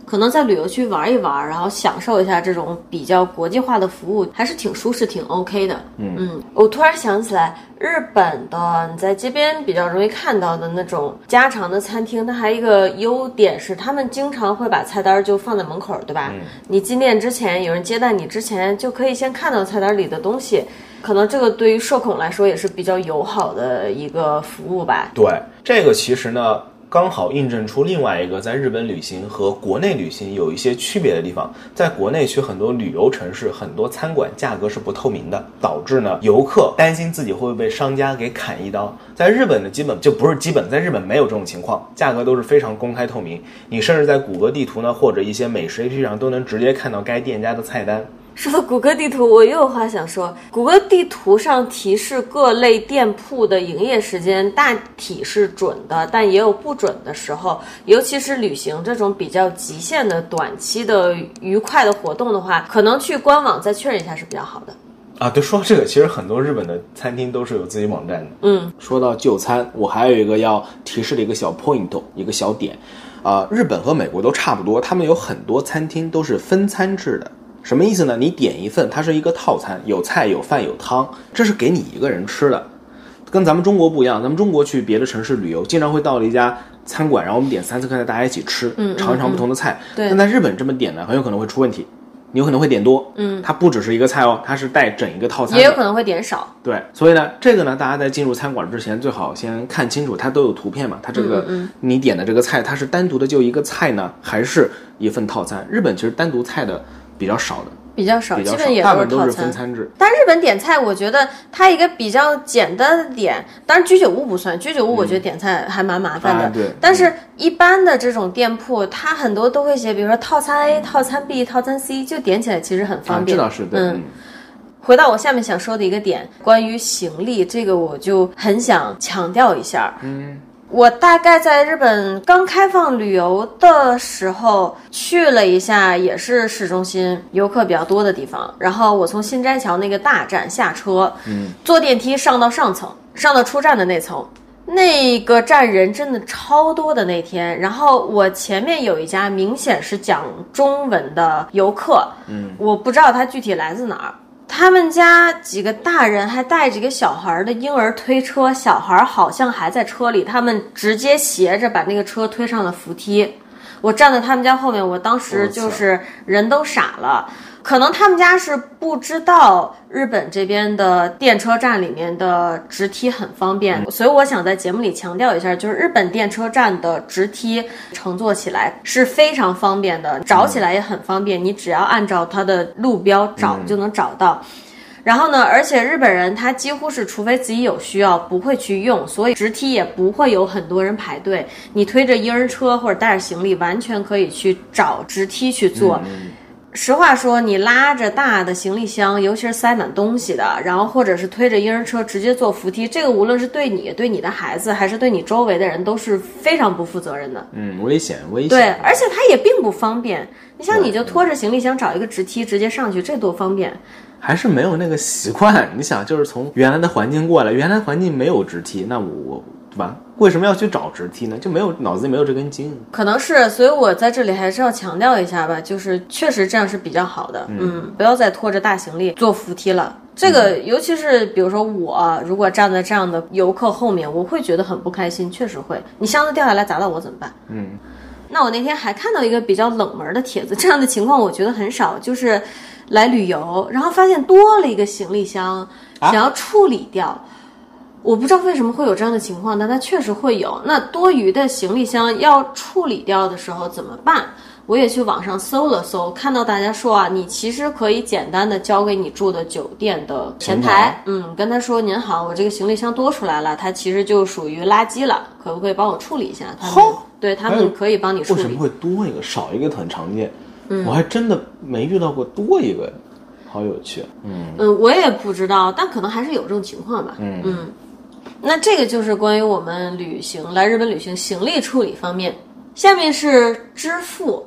可能在旅游区玩一玩，然后享受一下这种比较国际化的服务，还是挺舒适挺 OK 的。我突然想起来，日本的你在街边比较容易看到的那种家常的餐厅，它还有一个优点是他们经常会把菜单就放在门口，对吧？你进店之前，有人接待你之前，就可以先看到菜单里的东西，可能这个对于社恐来说也是比较友好的一个服务吧。 对，这个其实呢刚好印证出另外一个在日本旅行和国内旅行有一些区别的地方。在国内去很多旅游城市，很多餐馆价格是不透明的，导致呢游客担心自己会不会被商家给砍一刀。在日本的基本就不是基本，在日本没有这种情况，价格都是非常公开透明，你甚至在谷歌地图呢或者一些美食 APP 上都能直接看到该店家的菜单。 说到谷歌地图，我又有话想说。谷歌地图上提示各类店铺的营业时间大体是准的，但也有不准的时候。尤其是旅行这种比较极限的短期的愉快的活动的话，可能去官网再确认一下是比较好的。 啊，对，说到这个，其实很多日本的餐厅都是有自己网站的。说到就餐，我还有一个要提示的一个小 point， 一个小点。日本和美国都差不多，他们有很多餐厅都是分餐制的。什么意思呢？你点一份，它是一个套餐，有菜有饭有汤，这是给你一个人吃的。跟咱们中国不一样，咱们中国去别的城市旅游，经常会到了一家餐馆，然后我们点3次菜，大家一起吃，尝一尝不同的菜。但在日本这么点呢，很有可能会出问题。你有可能会点多，它不只是一个菜哦，它是带整一个套餐的， 也有可能会点少。 对，所以呢，这个呢，大家在进入餐馆之前最好先看清楚，它都有图片嘛，它这个你点的这个菜，它是单独的就一个菜呢，还是一份套餐？日本其实单独菜的比较少的。 比较少，基本也大部分都是分餐制。 但日本点菜，我觉得它一个比较简单的点，当然居酒屋不算，居酒屋我觉得点菜还蛮麻烦的。 对。 但是一般的这种店铺，它很多都会写，比如说套餐 A、套餐 B、套餐 C， 就点起来其实很方便。 这倒是对。 回到我下面想说的一个点，关于行李，这个我就很想强调一下。我大概在日本刚开放旅游的时候去了一下，也是市中心游客比较多的地方。然后我从新斋桥那个大站下车，坐电梯上到上层，上到出站的那层。那个站人真的超多的那天，然后我前面有一家明显是讲中文的游客，我不知道他具体来自哪儿。他们家几个大人还带着一个小孩的婴儿推车，小孩好像还在车里，他们直接斜着把那个车推上了扶梯。我站在他们家后面，我当时就是人都傻了。可能他们家是不知道日本这边的电车站里面的直梯很方便，所以我想在节目里强调一下，就是日本电车站的直梯乘坐起来是非常方便的，找起来也很方便，你只要按照它的路标找就能找到。然后呢，而且日本人他几乎是除非自己有需要不会去用，所以直梯也不会有很多人排队，你推着婴儿车或者带着行李完全可以去找直梯去坐。实话说，你拉着大的行李箱，尤其是塞满东西的，然后或者是推着婴儿车直接坐扶梯，这个无论是对你、对你的孩子，还是对你周围的人，都是非常不负责任的。 危险。 对，而且它也并不方便。你像你就拖着行李箱找一个直梯直接上去，这多方便。 还是没有那个习惯。你想，就是从原来的环境过来，原来环境没有直梯，那我对吧？为什么要去找直梯呢？就没有脑子里没有这根筋。 可能是，所以我在这里还是要强调一下吧，就是确实这样是比较好的。不要再拖着大行李坐扶梯了。这个尤其是比如说我如果站在这样的游客后面，我会觉得很不开心，确实会。你箱子掉下来砸到我怎么办？那我那天还看到一个比较冷门的帖子，这样的情况我觉得很少，就是来旅游，然后发现多了一个行李箱，想要处理掉。我不知道为什么会有这样的情况，但它确实会有。那多余的行李箱要处理掉的时候怎么办？我也去网上搜了搜，看到大家说啊，你其实可以简单的交给你住的酒店的前台，跟他说您好，我这个行李箱多出来了，它其实就属于垃圾了，可不可以帮我处理一下？对，他们可以帮你处理。 为什么会多一个少一个很常见？我还真的没遇到过多一个，好有趣。 我也不知道，但可能还是有这种情况吧。那这个就是关于我们来日本旅行行李处理方面。下面是支付。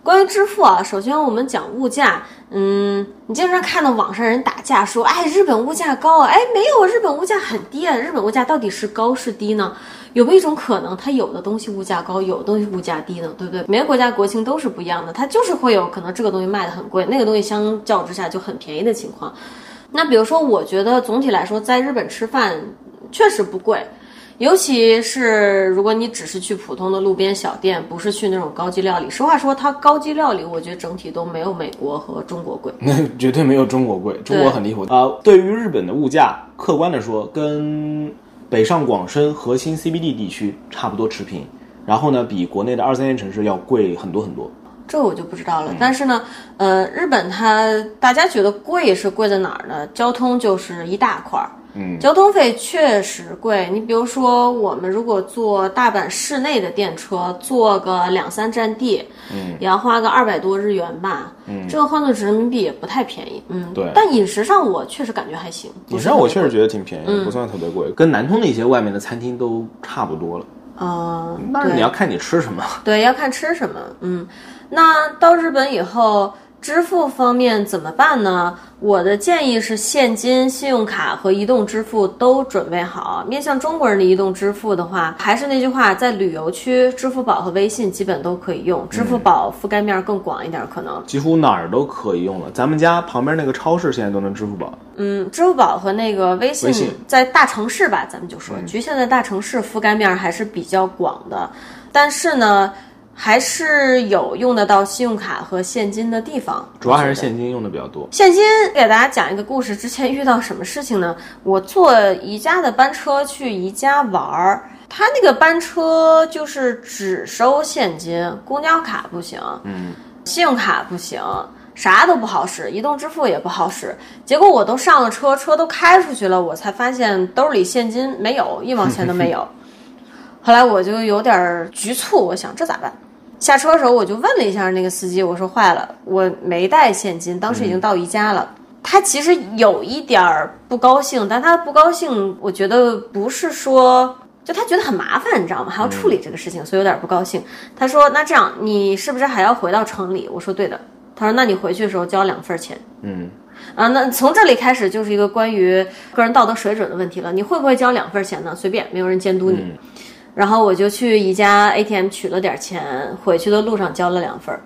关于支付啊，首先我们讲物价，你经常看到网上人打架说，哎，日本物价高啊，哎，没有，日本物价很低啊，日本物价到底是高是低呢？有没有一种可能，它有的东西物价高，有的东西物价低呢？对不对？每个国家国情都是不一样的，它就是会有可能这个东西卖的很贵，那个东西相较之下就很便宜的情况。那比如说，我觉得总体来说，在日本吃饭确实不贵。尤其是如果你只是去普通的路边小店，不是去那种高级料理，实话说，它高级料理我觉得整体都没有美国和中国贵， 那绝对没有中国贵，中国很离谱啊。对于日本的物价，客观的说，跟北上广深核心 CBD 地区差不多持平，然后呢，比国内的2、3线城市要贵很多很多。 这我就不知道了。但是呢，日本大家觉得贵是贵在哪儿呢？交通就是一大块儿。交通费确实贵。你比如说，我们如果坐大阪市内的电车，坐个2、3站地，也要花个200多日元吧。这个换算成人民币也不太便宜。 对。 但饮食上我确实感觉还行。 饮食上我确实觉得挺便宜，不算特别贵，跟南通的一些外面的餐厅都差不多了。但是你要看你吃什么。 对，要看吃什么。那到日本以后，支付方面怎么办呢？我的建议是现金、信用卡和移动支付都准备好。面向中国人的移动支付的话，还是那句话，在旅游区，支付宝和微信基本都可以用，支付宝覆盖面更广一点，可能几乎哪儿都可以用了。咱们家旁边那个超市现在都能支付宝。 支付宝和那个微信在大城市吧，咱们就说局限在大城市，覆盖面还是比较广的。但是呢，还是有用得到信用卡和现金的地方， 主要还是现金用的比较多。 现金给大家讲一个故事，之前遇到什么事情呢？我坐宜家的班车去宜家玩，他那个班车就是只收现金，公交卡不行，信用卡不行，啥都不好使，移动支付也不好使。结果我都上了车，车都开出去了，我才发现兜里现金没有，1毛钱都没有。后来我就有点局促，我想这咋办？下车的时候我就问了一下那个司机，我说坏了，我没带现金，当时已经到宜家了。他其实有一点不高兴，但他的不高兴我觉得不是说就他觉得很麻烦，你知道吗？还要处理这个事情，所以有点不高兴。他说那这样你是不是还要回到城里？我说对的。他说那你回去的时候交2份钱。那从这里开始就是一个关于个人道德水准的问题了。你会不会交2份钱呢？随便，没有人监督你。然后我就去宜家 ATM 取了点钱，回去的路上交了2份。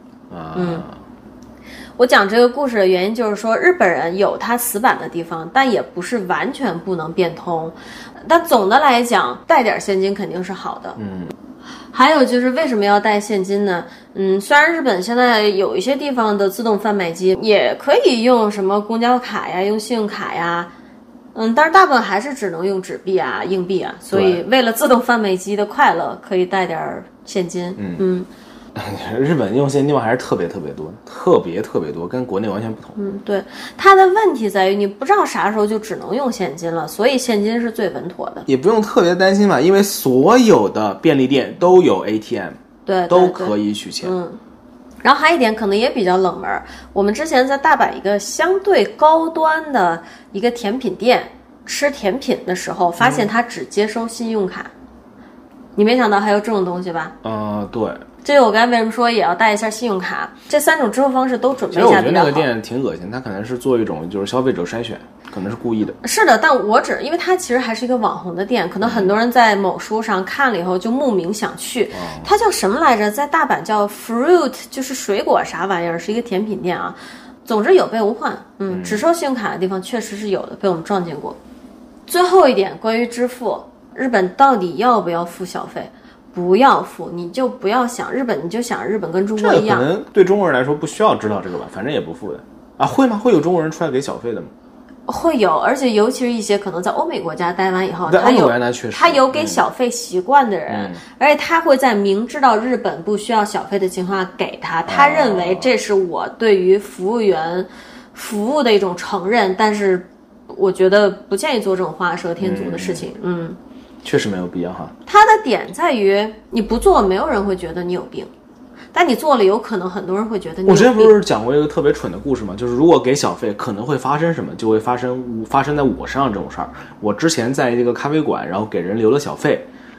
我讲这个故事的原因就是说，日本人有他死板的地方，但也不是完全不能变通。但总的来讲，带点现金肯定是好的。还有就是为什么要带现金呢？虽然日本现在有一些地方的自动贩卖机也可以用什么公交卡呀，用信用卡呀。但是大部分还是只能用纸币啊、硬币啊，所以为了自动贩卖机的快乐，可以带点现金。 日本用现金还是特别多，跟国内完全不同。 对，它的问题在于你不知道啥时候就只能用现金了，所以现金是最稳妥的。 也不用特别担心嘛，因为所有的便利店都有 ATM， 对， 都可以取钱。 然后还有一点可能也比较冷门，我们之前在大阪一个相对高端的一个甜品店吃甜品的时候，发现它只接收信用卡。你没想到还有这种东西吧？ 对。 这个我刚才为什么说也要带一下信用卡？这3种支付方式都准备一下比较好。 其实我觉得那个店挺恶心，他可能是做一种就是消费者筛选，可能是故意的。 是的，但因为它其实还是一个网红的店，可能很多人在某书上看了以后就慕名想去。它叫什么来着？在大阪叫 Fruit， 就是水果啥玩意儿，是一个甜品店啊。总之有备无患。只收信用卡的地方确实是有的，被我们撞见过。最后一点关于支付，日本到底要不要付小费？不要付，你就不要想日本，你就想日本跟中国一样。 这可能对中国人来说不需要知道这个吧，反正也不付的啊。会吗？会有中国人出来给小费的吗？ 会有，而且尤其是一些可能在欧美国家待完以后， 他有给小费习惯的人，而且他会在明知道日本不需要小费的情况下给他，他认为这是我对于服务员服务的一种承认，但是我觉得不建议做这种画蛇添足的事情。 确实没有必要哈。 它的点在于你不做，没有人会觉得你有病，但你做了，有可能很多人会觉得你有病。 我之前不是讲过一个特别蠢的故事吗？就是如果给小费，可能会发生什么，就会发生在我身上这种事儿。我之前在这个咖啡馆，然后给人留了小费，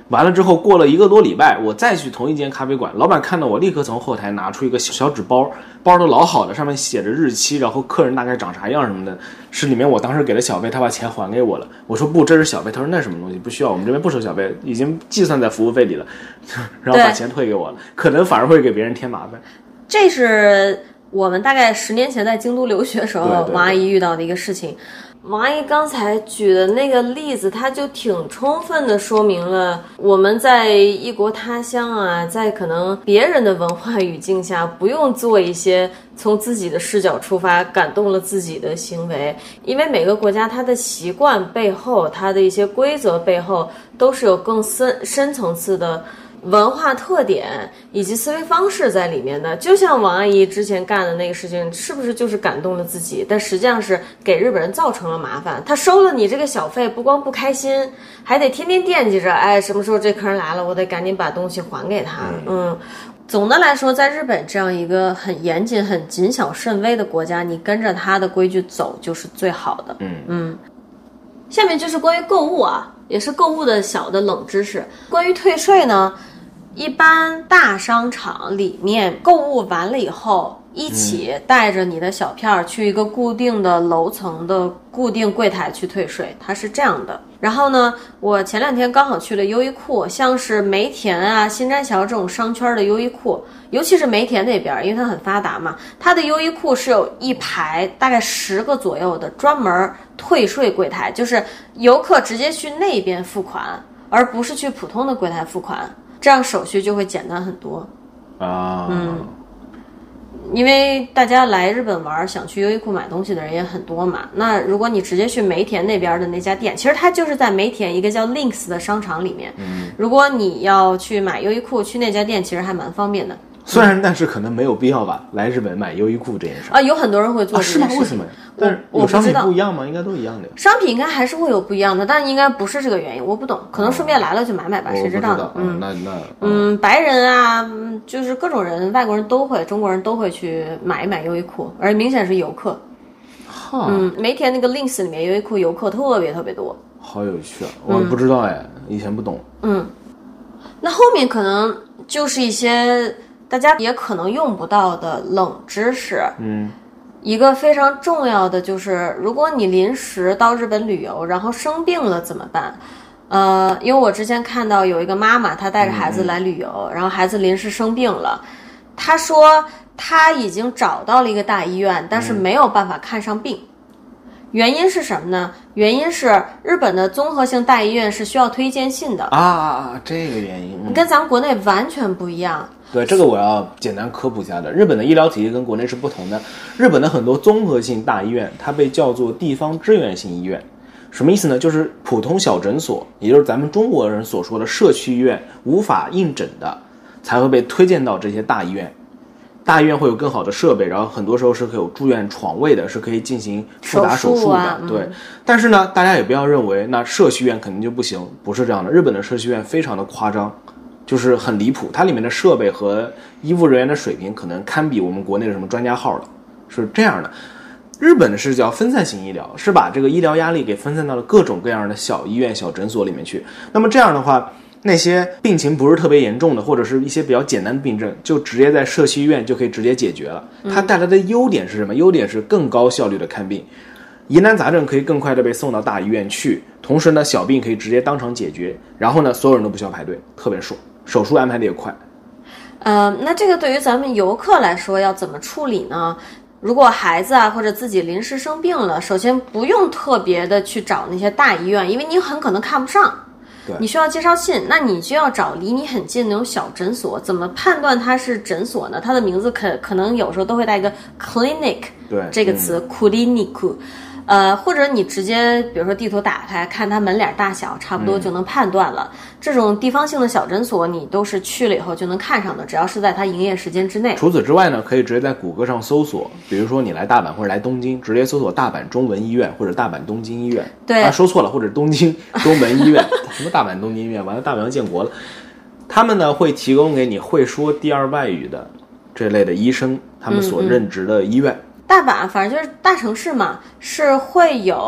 完了之后过了1个多礼拜，我再去同一间咖啡馆，老板看到我立刻从后台拿出一个小纸包，包都老好的，上面写着日期，然后客人大概长啥样什么的，是里面我当时给了小费，他把钱还给我了。我说不，这是小费。他说那什么东西不需要，我们这边不收小费，已经计算在服务费里了，然后把钱退给我了，可能反而会给别人添麻烦。 这是我们大概10年前在京都留学的时候，王阿姨遇到的一个事情。王阿姨刚才举的那个例子，它就挺充分的说明了我们在异国他乡啊，在可能别人的文化语境下，不用做一些从自己的视角出发感动了自己的行为，因为每个国家它的习惯背后，它的一些规则背后，都是有更深层次的文化特点以及思维方式在里面的。就像王阿姨之前干的那个事情，是不是就是感动了自己，但实际上是给日本人造成了麻烦。他收了你这个小费，不光不开心，还得天天惦记着，哎，什么时候这客人来了，我得赶紧把东西还给他。总的来说，在日本这样一个很严谨、很谨小慎微的国家，你跟着他的规矩走就是最好的。下面就是关于购物啊，也是购物的小的冷知识。关于退税呢，一般大商场里面购物完了以后，一起带着你的小票去一个固定的楼层的固定柜台去退税，它是这样的。然后呢，我前2天刚好去了优衣库，像是梅田啊、新斋桥这种商圈的优衣库，尤其是梅田那边，因为它很发达嘛，它的优衣库是有一排大概10个左右的专门退税柜台，就是游客直接去那边付款，而不是去普通的柜台付款，这样手续就会简单很多啊。因为大家来日本玩，想去优衣库买东西的人也很多嘛。那如果你直接去梅田那边的那家店，其实它就是在梅田一个叫 Links 的商场里面。如果你要去买优衣库，去那家店其实还蛮方便的。 虽然，但是可能没有必要吧，来日本买优衣库这件事啊，有很多人会做这件事情。 是吗？为什么？但是有商品不一样吗？应该都一样的。 商品应该还是会有不一样的，但应该不是这个原因，我不懂，可能顺便来了就买吧，谁知道呢？白人啊，就是各种人，外国人都会，中国人都会去买一买优衣库，而明显是游客。梅田那个 Links 里面优衣库游客特别特别多。 好有趣啊！我不知道哎，以前不懂。 那后面可能就是一些大家也可能用不到的冷知识。一个非常重要的就是，如果你临时到日本旅游，然后生病了怎么办？因为我之前看到有一个妈妈，她带着孩子来旅游，然后孩子临时生病了，她说她已经找到了一个大医院，但是没有办法看上病。原因是什么呢？原因是日本的综合性大医院是需要推荐信的这个原因跟咱们国内完全不一样。 对，这个我要简单科普一下的。日本的医疗体系跟国内是不同的。日本的很多综合性大医院，它被叫做地方支援性医院。什么意思呢？就是普通小诊所，也就是咱们中国人所说的社区医院，无法应诊的，才会被推荐到这些大医院。大医院会有更好的设备，然后很多时候是可以有住院床位的，是可以进行复杂手术的。对，但是呢，大家也不要认为那社区医院肯定就不行，不是这样的。日本的社区医院非常的夸张，就是很离谱，它里面的设备和医务人员的水平可能堪比我们国内的什么专家号了，是这样的。日本的是叫分散型医疗，是把这个医疗压力给分散到了各种各样的小医院、小诊所里面去。那么这样的话，那些病情不是特别严重的，或者是一些比较简单的病症，就直接在社区医院就可以直接解决了。它带来的优点是什么？优点是更高效率的看病，疑难杂症可以更快的被送到大医院去，同时呢，小病可以直接当场解决，然后呢，所有人都不需要排队，特别爽，手术安排的也快。 那这个对于咱们游客来说要怎么处理呢？如果孩子啊或者自己临时生病了，首先不用特别的去找那些大医院，因为你很可能看不上。你需要介绍信，那你就要找离你很近那种小诊所。怎么判断它是诊所呢？它的名字可能有时候都会带一个 clinic 这个词，clinic。或者你直接比如说地图打开看它门脸大小，差不多就能判断了。这种地方性的小诊所你都是去了以后就能看上的，只要是在它营业时间之内。 除此之外呢，可以直接在谷歌上搜索，比如说你来大阪或者来东京，直接搜索大阪中文医院或者大阪东京医院。 对， 说错了，或者东京中文医院什么大阪东京医院，完了大阪要建国了。他们呢会提供给你会说第二外语的这类的医生，他们所任职的医院。 大阪反正就是大城市嘛，是会有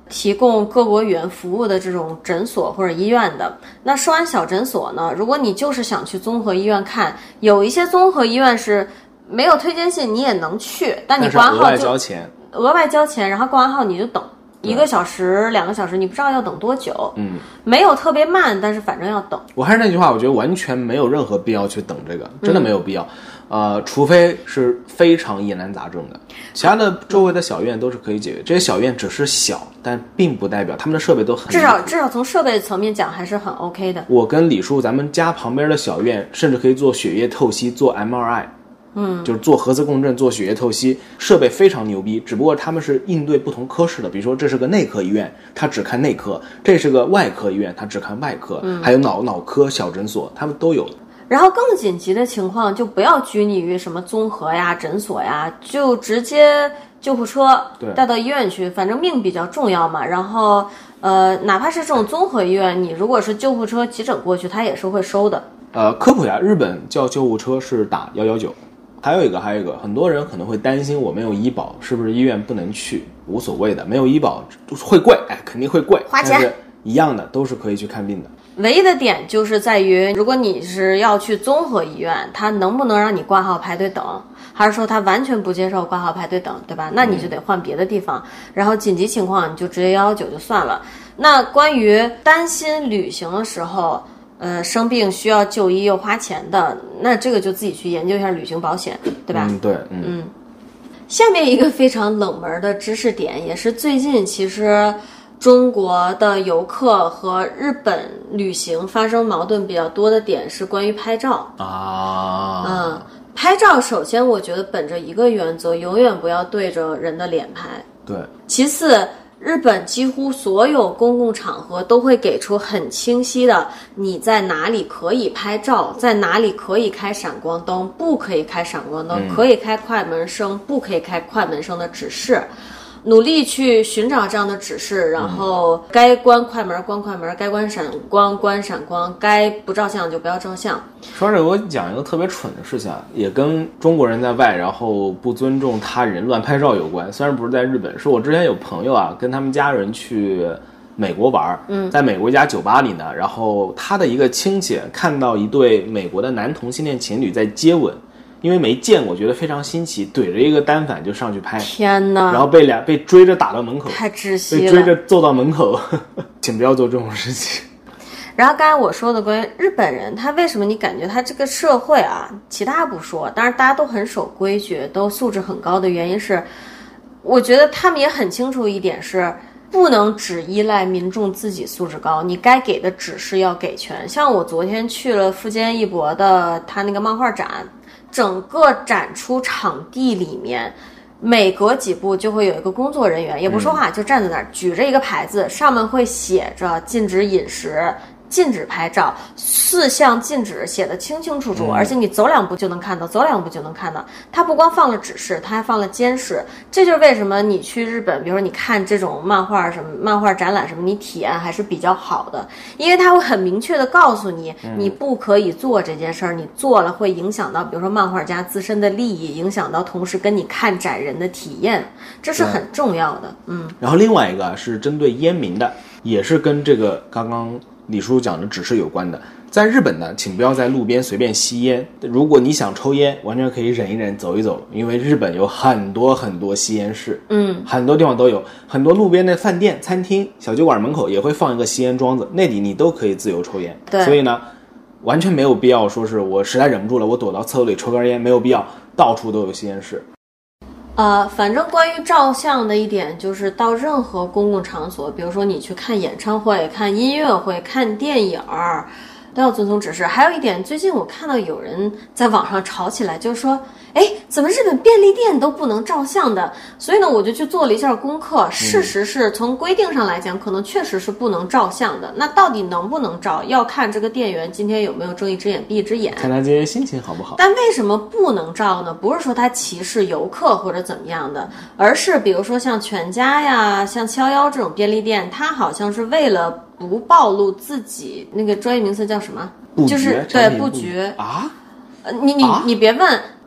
提供各国语言服务的这种诊所或者医院的。那说完小诊所呢，如果你就是想去综合医院看，有一些综合医院是没有推荐信你也能去，但你挂完号就额外交钱，然后挂完号你就等1个小时2个小时，你不知道要等多久。没有特别慢，但是反正要等。 我还是那句话，我觉得完全没有任何必要去等这个，真的没有必要。除非是非常疑难杂症的，其他的周围的小院都是可以解决。这些小院只是小，但并不代表他们的设备都很至少从设备层面讲还是很 OK 的。 我跟李叔咱们家旁边的小院甚至可以做血液透析，做 MRI，就是做核磁共振，做血液透析，设备非常牛逼。只不过他们是应对不同科室的，比如说这是个内科医院，他只看内科；这是个外科医院，他只看外科。还有脑科小诊所，他们都有。 然后更紧急的情况就不要拘泥于什么综合呀、诊所呀，就直接救护车带到医院去，反正命比较重要嘛。然后哪怕是这种综合医院，你如果是救护车急诊过去，他也是会收的。 科普呀，日本叫救护车是打119。还有一个，很多人可能会担心我没有医保，是不是医院不能去？无所谓的，没有医保会贵，肯定会贵， 花钱一样的，都是可以去看病的。 唯一的点就是在于，如果你是要去综合医院，他能不能让你挂号排队等，还是说他完全不接受挂号排队等，对吧？那你就得换别的地方。然后紧急情况你就直接119就算了。那关于担心旅行的时候生病需要就医又花钱的，那这个就自己去研究一下旅行保险，对吧？ 对。 下面一个非常冷门的知识点，也是最近其实中国的游客和日本旅行发生矛盾比较多的点是关于拍照啊。拍照首先我觉得本着一个原则，永远不要对着人的脸拍。 对。 其次，日本几乎所有公共场合都会给出很清晰的你在哪里可以拍照，在哪里可以开闪光灯，不可以开闪光灯，可以开快门声，不可以开快门声的指示。努力去寻找这样的指示，然后该关快门关快门，该关闪光关闪光，该不照相就不要照相。 说这我讲一个特别蠢的事情啊，也跟中国人在外然后不尊重他人乱拍照有关。虽然不是在日本，是我之前有朋友啊跟他们家人去美国玩，在美国一家酒吧里呢，然后他的一个亲戚看到一对美国的男同性恋情侣在接吻。因为没见过，觉得非常新奇，怼着一个单反就上去拍。 天哪！ 然后被追着打到门口， 太窒息了， 被追着揍到门口，请不要做这种事情。 然后刚才我说的关于日本人，他为什么你感觉他这个社会啊，其他不说，当然大家都很守规矩，都素质很高的原因是，我觉得他们也很清楚一点是，不能只依赖民众自己素质高，你该给的指示要给全。像我昨天去了富坚义博的他那个漫画展。整个展出场地里面，每隔几步就会有一个工作人员，也不说话，就站在那儿举着一个牌子，上面会写着禁止饮食、禁止拍照，4项禁止写得清清楚楚，而且你走2步就能看到，走2步就能看到。他不光放了指示，他还放了监视。这就是为什么你去日本，比如说你看这种漫画什么漫画展览什么，你体验还是比较好的，因为他会很明确的告诉你，你不可以做这件事儿，你做了会影响到比如说漫画家自身的利益，影响到同时跟你看展人的体验，这是很重要的。 然后另外一个是针对烟民的，也是跟这个刚刚李叔讲的指示有关的。在日本呢，请不要在路边随便吸烟。如果你想抽烟，完全可以忍一忍，走一走，因为日本有很多很多吸烟室，很多地方都有，很多路边的饭店、餐厅、小酒馆门口也会放一个吸烟桩子，那里你都可以自由抽烟。 对， 所以呢，完全没有必要说是我实在忍不住了，我躲到厕所里抽根烟，没有必要，到处都有吸烟室。 反正关于照相的一点就是，到任何公共场所，比如说你去看演唱会、看音乐会、看电影，都要遵从指示。还有一点，最近我看到有人在网上吵起来，就是说，怎么日本便利店都不能照相的？所以呢，我就去做了一下功课。事实是从规定上来讲，可能确实是不能照相的。那到底能不能照，要看这个店员今天有没有睁一只眼闭一只眼， 看他今天心情好不好。 但为什么不能照呢？不是说他歧视游客或者怎么样的，而是比如说像全家呀、像711这种便利店，它好像是为了不暴露自己，那个专业名词叫什么？就是对布局啊。 你别问。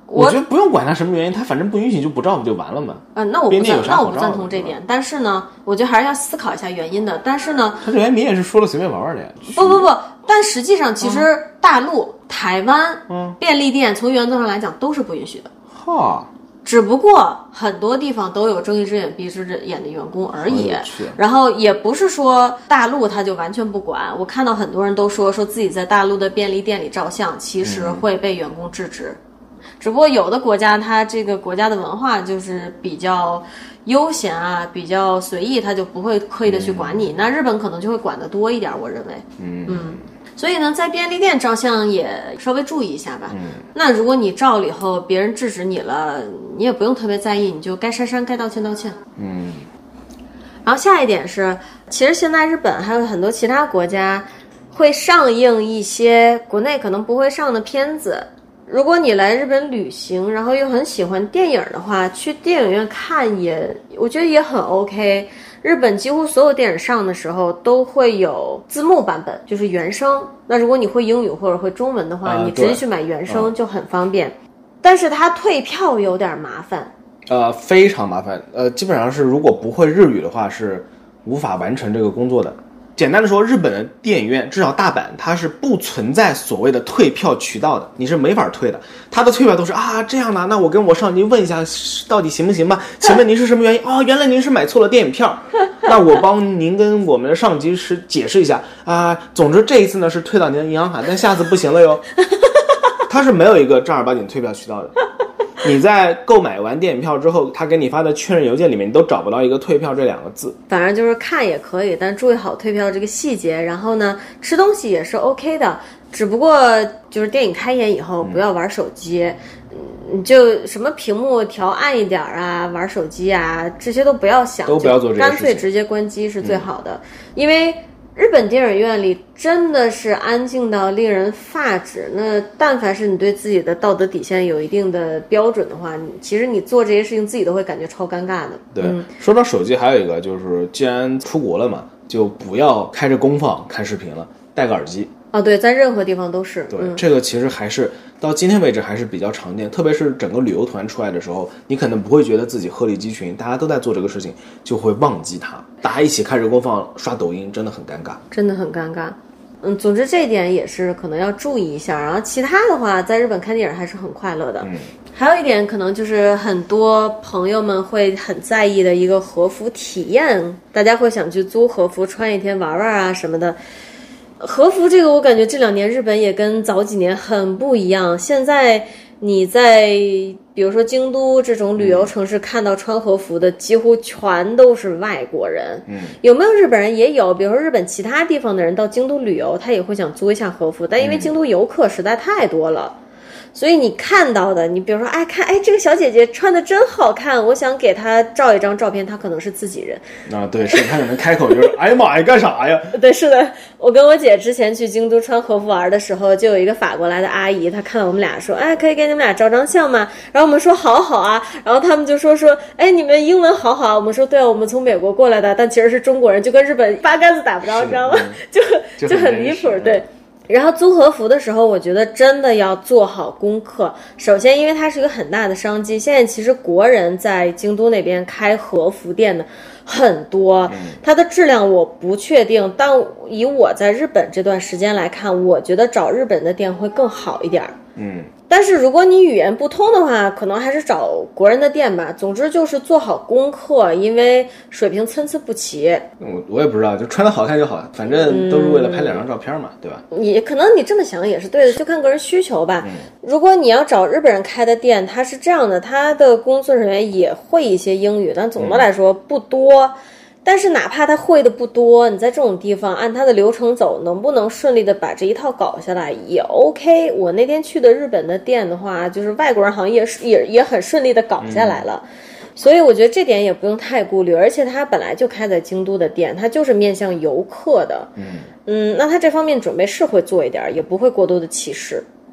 我觉得不用管他什么原因，他反正不允许就不照不就完了嘛。 那我不赞同这点。但是呢，我觉得还是要思考一下原因的。但是呢， 他这原因也是说了随便玩玩的呀。 不，但实际上其实大陆、台湾，便利店从原则上来讲都是不允许的。 哈。 只不过很多地方都有睁一只眼闭一只眼的员工而已，然后也不是说大陆他就完全不管。我看到很多人都说自己在大陆的便利店里照相，其实会被员工制止。只不过有的国家它这个国家的文化就是比较悠闲啊，比较随意，他就不会刻意的去管你。那日本可能就会管得多一点，我认为。所以呢，在便利店照相也稍微注意一下吧。那如果你照了以后，别人制止你了，你也不用特别在意，你就该删，该道歉道歉。然后下一点是，其实现在日本还有很多其他国家会上映一些国内可能不会上的片子。如果你来日本旅行，然后又很喜欢电影的话，去电影院看我觉得也很 OK。日本几乎所有电影上的时候都会有字幕版本，就是原声。那如果你会英语或者会中文的话，你直接去买原声就很方便。但是它退票有点麻烦。 非常麻烦。基本上是如果不会日语的话，是无法完成这个工作的。简单的说，日本的电影院至少大阪它是不存在所谓的退票渠道的，你是没法退的。它的退票都是这样的，那我跟我上级问一下到底行不行吧？请问您是什么原因？原来您是买错了电影票，那我帮您跟我们的上级解释一下总之这一次呢是退到您的银行卡，但下次不行了哟。它是没有一个正儿八经退票渠道的。你在购买完电影票之后，他给你发的确认邮件里面，你都找不到一个退票这2个字。 反正就是看也可以，但注意好退票这个细节。然后呢，吃东西也是 OK 的，只不过就是电影开演以后不要玩手机，你就什么屏幕调暗一点啊，玩手机啊，这些都不要想， 都不要做这些事情， 干脆直接关机是最好的。因为日本电影院里真的是安静到令人发指，那但凡是你对自己的道德底线有一定的标准的话，其实你做这些事情自己都会感觉超尴尬的。 对，说到手机还有一个就是，既然出国了嘛，就不要开着功放看视频了，戴个耳机。 对，在任何地方都是。 对，这个其实还是到今天为止还是比较常见，特别是整个旅游团出来的时候，你可能不会觉得自己鹤立鸡群，大家都在做这个事情，就会忘记它，大家一起开着功放刷抖音，真的很尴尬， 真的很尴尬。总之这一点也是可能要注意一下。然后其他的话，在日本看电影还是很快乐的。还有一点可能就是很多朋友们会很在意的一个和服体验，大家会想去租和服穿一天玩玩啊什么的。和服这个我感觉这2年日本也跟早几年很不一样。现在你在比如说京都这种旅游城市看到穿和服的几乎全都是外国人。有没有日本人？也有，比如说日本其他地方的人到京都旅游，他也会想租一下和服，但因为京都游客实在太多了，所以你看到的，你比如说这个小姐姐穿的真好看，我想给她照一张照片，她可能是自己人对，是她可能开口就是哎呀妈呀干啥呀。 对，是的，我跟我姐之前去京都穿和服玩的时候，就有一个法国来的阿姨，她看到我们俩说可以给你们俩照张相吗？然后我们说好啊，然后他们就说你们英文好啊，我们说对啊，我们从美国过来的，但其实是中国人，就跟日本八竿子打不着，知道吗？就很离谱。对。然后租和服的时候，我觉得真的要做好功课。首先，因为它是一个很大的商机，现在其实国人在京都那边开和服店的很多，它的质量我不确定，但以我在日本这段时间来看，我觉得找日本的店会更好一点。但是如果你语言不通的话，可能还是找国人的店吧。总之就是做好功课，因为水平参差不齐。 我也不知道，就穿得好看就好，反正都是为了拍2张照片嘛，对吧？ 可能你这么想也是对的，就看个人需求吧。如果你要找日本人开的店，他是这样的，他的工作人员也会一些英语，但总的来说不多。但是哪怕他会的不多，你在这种地方按他的流程走，能不能顺利的把这一套搞下来也 OK。我那天去的日本的店的话，就是外国人好像也很顺利的搞下来了。所以我觉得这点也不用太顾虑，而且他本来就开在京都的店，他就是面向游客的。那他这方面准备是会做一点，也不会过多的歧视。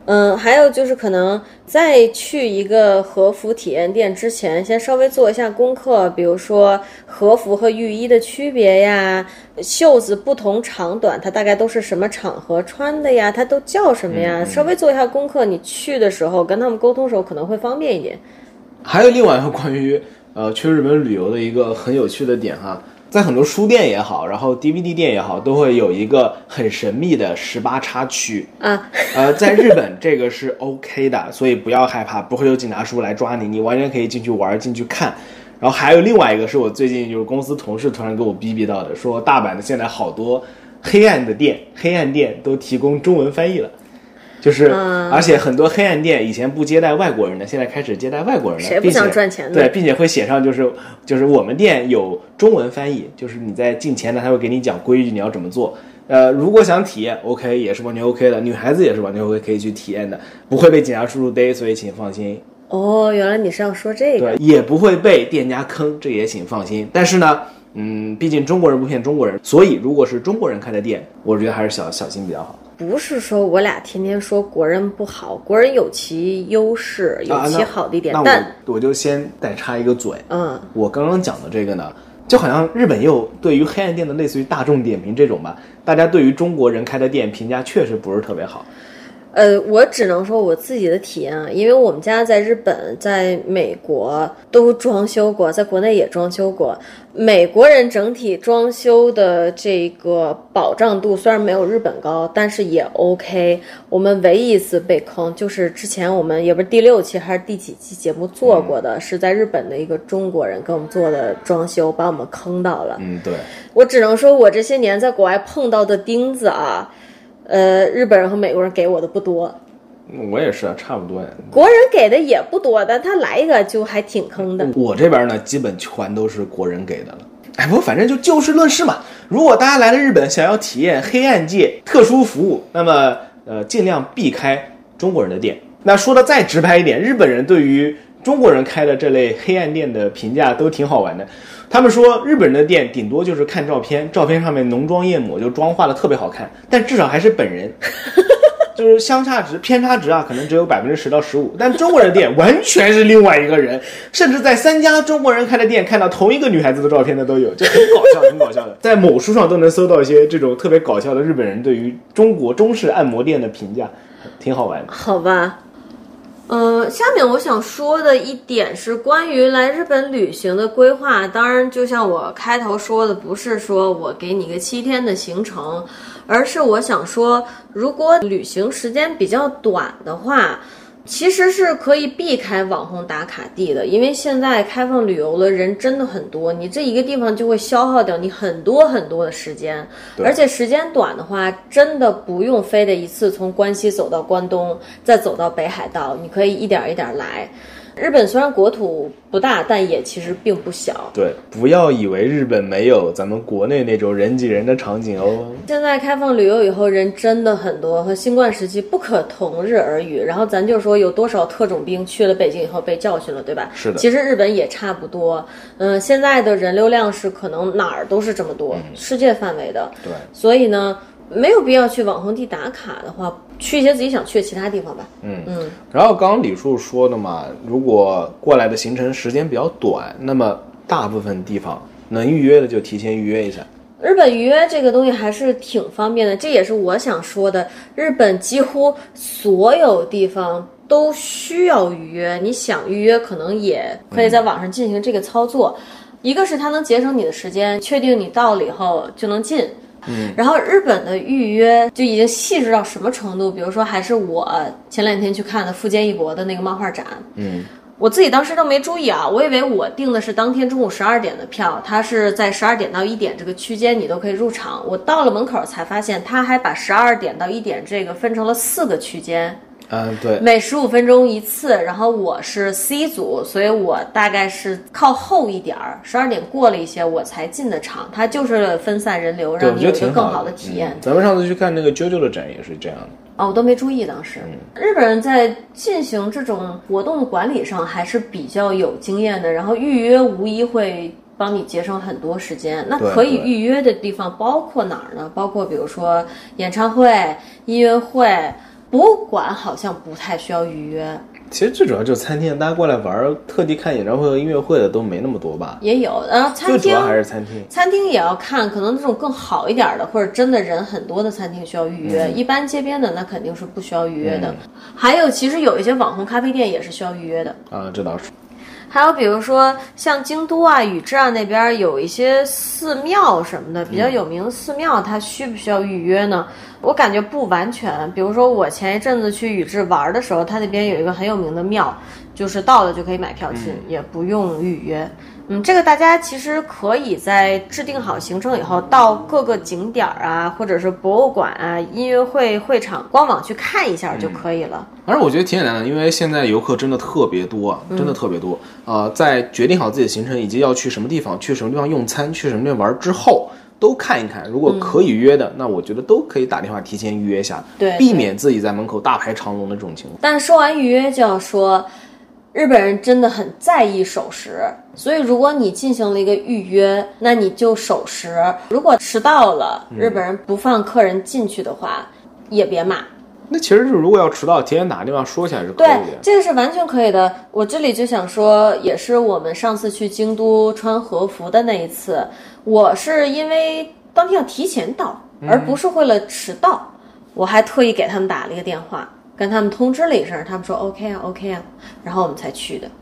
还有就是可能在去一个和服体验店之前，先稍微做一下功课，比如说和服和浴衣的区别呀，袖子不同长短，它大概都是什么场合穿的呀，它都叫什么呀，稍微做一下功课，你去的时候跟他们沟通的时候可能会方便一点。 还有另外一个关于去日本旅游的一个很有趣的点哈。在很多书店也好，然后 DVD 店也好，都会有一个很神秘的18X区啊。 在日本这个是 OK 的，所以不要害怕，不会有警察叔来抓你，你完全可以进去玩，进去看。然后还有另外一个是我最近就是公司同事突然给我逼到的，说大阪的现在好多黑暗店都提供中文翻译了。就是而且很多黑暗店以前不接待外国人的，现在开始接待外国人了， 谁不想赚钱呢？ 对，并且会写上就是我们店有中文翻译，就是你在进前呢他会给你讲规矩你要怎么做。如果想体验 OK 也是完全 OK 的，女孩子也是完全 OK 可以去体验的，不会被警察叔叔逮，所以请放心。 哦，原来你是要说这个。 对，也不会被店家坑，这也请放心。但是呢毕竟中国人不骗中国人，所以如果是中国人开的店，我觉得还是小心比较好。 不是说我俩天天说国人不好，国人有其优势，有其好的一点。 但我就先再插一个嘴。我刚刚讲的这个呢，就好像日本也有对于黑暗店的类似于大众点评这种吧，大家对于中国人开的店评价确实不是特别好。 我只能说我自己的体验啊，因为我们家在日本、在美国都装修过，在国内也装修过。美国人整体装修的这个保障度虽然没有日本高，但是也 OK。我们唯一一次被坑，就是之前我们也不是第6期还是第几期节目做过的，是在日本的一个中国人给我们做的装修，把我们坑到了。 对。 我只能说我这些年在国外碰到的钉子啊。日本人和美国人给我的不多， 我也是差不多呀。 国人给的也不多，但他来一个就还挺坑的。 我这边呢，基本全都是国人给的了。不过反正就事论事嘛。如果大家来了日本，想要体验黑暗界特殊服务，那么尽量避开中国人的店。那说的再直白一点，日本人对于中国人开的这类黑暗店的评价都挺好玩的。他们说日本人的店顶多就是看照片，照片上面浓妆艳抹，就妆化的特别好看，但至少还是本人。就是相差值偏差值啊，可能只有10%到15%，但中国人的店完全是另外一个人，甚至在3家中国人开的店看到同一个女孩子的照片的都有，就很搞笑的。在某书上都能搜到一些这种特别搞笑的日本人对于中国中式按摩店的评价，挺好玩的。 好吧。下面我想说的一点是关于来日本旅行的规划。当然就像我开头说的，不是说我给你个7天的行程，而是我想说如果旅行时间比较短的话，其实是可以避开网红打卡地的，因为现在开放旅游的人真的很多，你这一个地方就会消耗掉你很多的时间，而且时间短的话，真的不用非得一次从关西走到关东，再走到北海道，你可以一点一点来。日本虽然国土不大，但也其实并不小。 对，不要以为日本没有咱们国内那种人挤人的场景哦。 现在开放旅游以后，人真的很多，和新冠时期不可同日而语。然后咱就说有多少特种兵去了北京以后被教训了，对吧？ 是的。 其实日本也差不多。现在的人流量是可能哪儿都是这么多，世界范围的。 对。 所以呢，没有必要去网红地打卡的话，去一些自己想去的其他地方吧。 然后刚刚李叔说的嘛，如果过来的行程时间比较短，那么大部分地方能预约的就提前预约一下。 日本预约这个东西还是挺方便的，这也是我想说的。日本几乎所有地方都需要预约，你想预约可能也可以在网上进行这个操作。一个是它能节省你的时间，确定你到了以后就能进。然后日本的预约就已经细致到什么程度，比如说还是我前2天去看的富坚义博的那个漫画展。我自己当时都没注意啊，我以为我订的是当天中午12点的票，它是在12点到1点这个区间你都可以入场。我到了门口才发现，他还把12点到1点这个分成了4个区间。 对， 每15分钟一次，然后我是 C 组，所以我大概是靠后一点，12点过了一些我才进的场，它就是分散人流，让你有一个更好的体验。 咱们上次去看那个 JoJo 的展也是这样的。 我都没注意当时。日本人在进行这种活动的管理上还是比较有经验的，然后预约无疑会帮你节省很多时间。那可以预约的地方包括哪儿呢？包括比如说演唱会、音乐会。 博物馆好像不太需要预约。 其实最主要就是餐厅，大家过来玩，特地看演唱会和音乐会的都没那么多吧？ 也有，然后餐厅最主要还是餐厅。 餐厅也要看，可能那种更好一点的，或者真的人很多的餐厅需要预约。一般街边的那肯定是不需要预约的。还有，其实有一些网红咖啡店也是需要预约的啊，这倒是。 还有比如说像京都啊、宇治啊那边有一些寺庙什么的比较有名的寺庙，它需不需要预约呢？我感觉不完全。比如说我前一阵子去宇治玩的时候，它那边有一个很有名的庙，就是到了就可以买票进，也不用预约。这个大家其实可以在制定好行程以后，到各个景点啊，或者是博物馆啊、音乐会会场官网去看一下就可以了。 反正我觉得挺简单的，因为现在游客真的特别多，真的特别多。在决定好自己的行程以及要去什么地方、去什么地方用餐、去什么地方玩之后，都看一看。如果可以约的，那我觉得都可以打电话提前预约一下， 对， 避免自己在门口大排长龙的这种情况。 但说完预约就要说，日本人真的很在意守时，所以如果你进行了一个预约，那你就守时。如果迟到了，日本人不放客人进去的话，也别骂。 那其实如果要迟到，提前打个电话说起来是可以的。 对，这个是完全可以的。我这里就想说，也是我们上次去京都穿和服的那一次，我是因为当天要提前到，而不是为了迟到，我还特意给他们打了一个电话，跟他们通知了一声，他们说 OK 啊 OK 啊，然后我们才去的。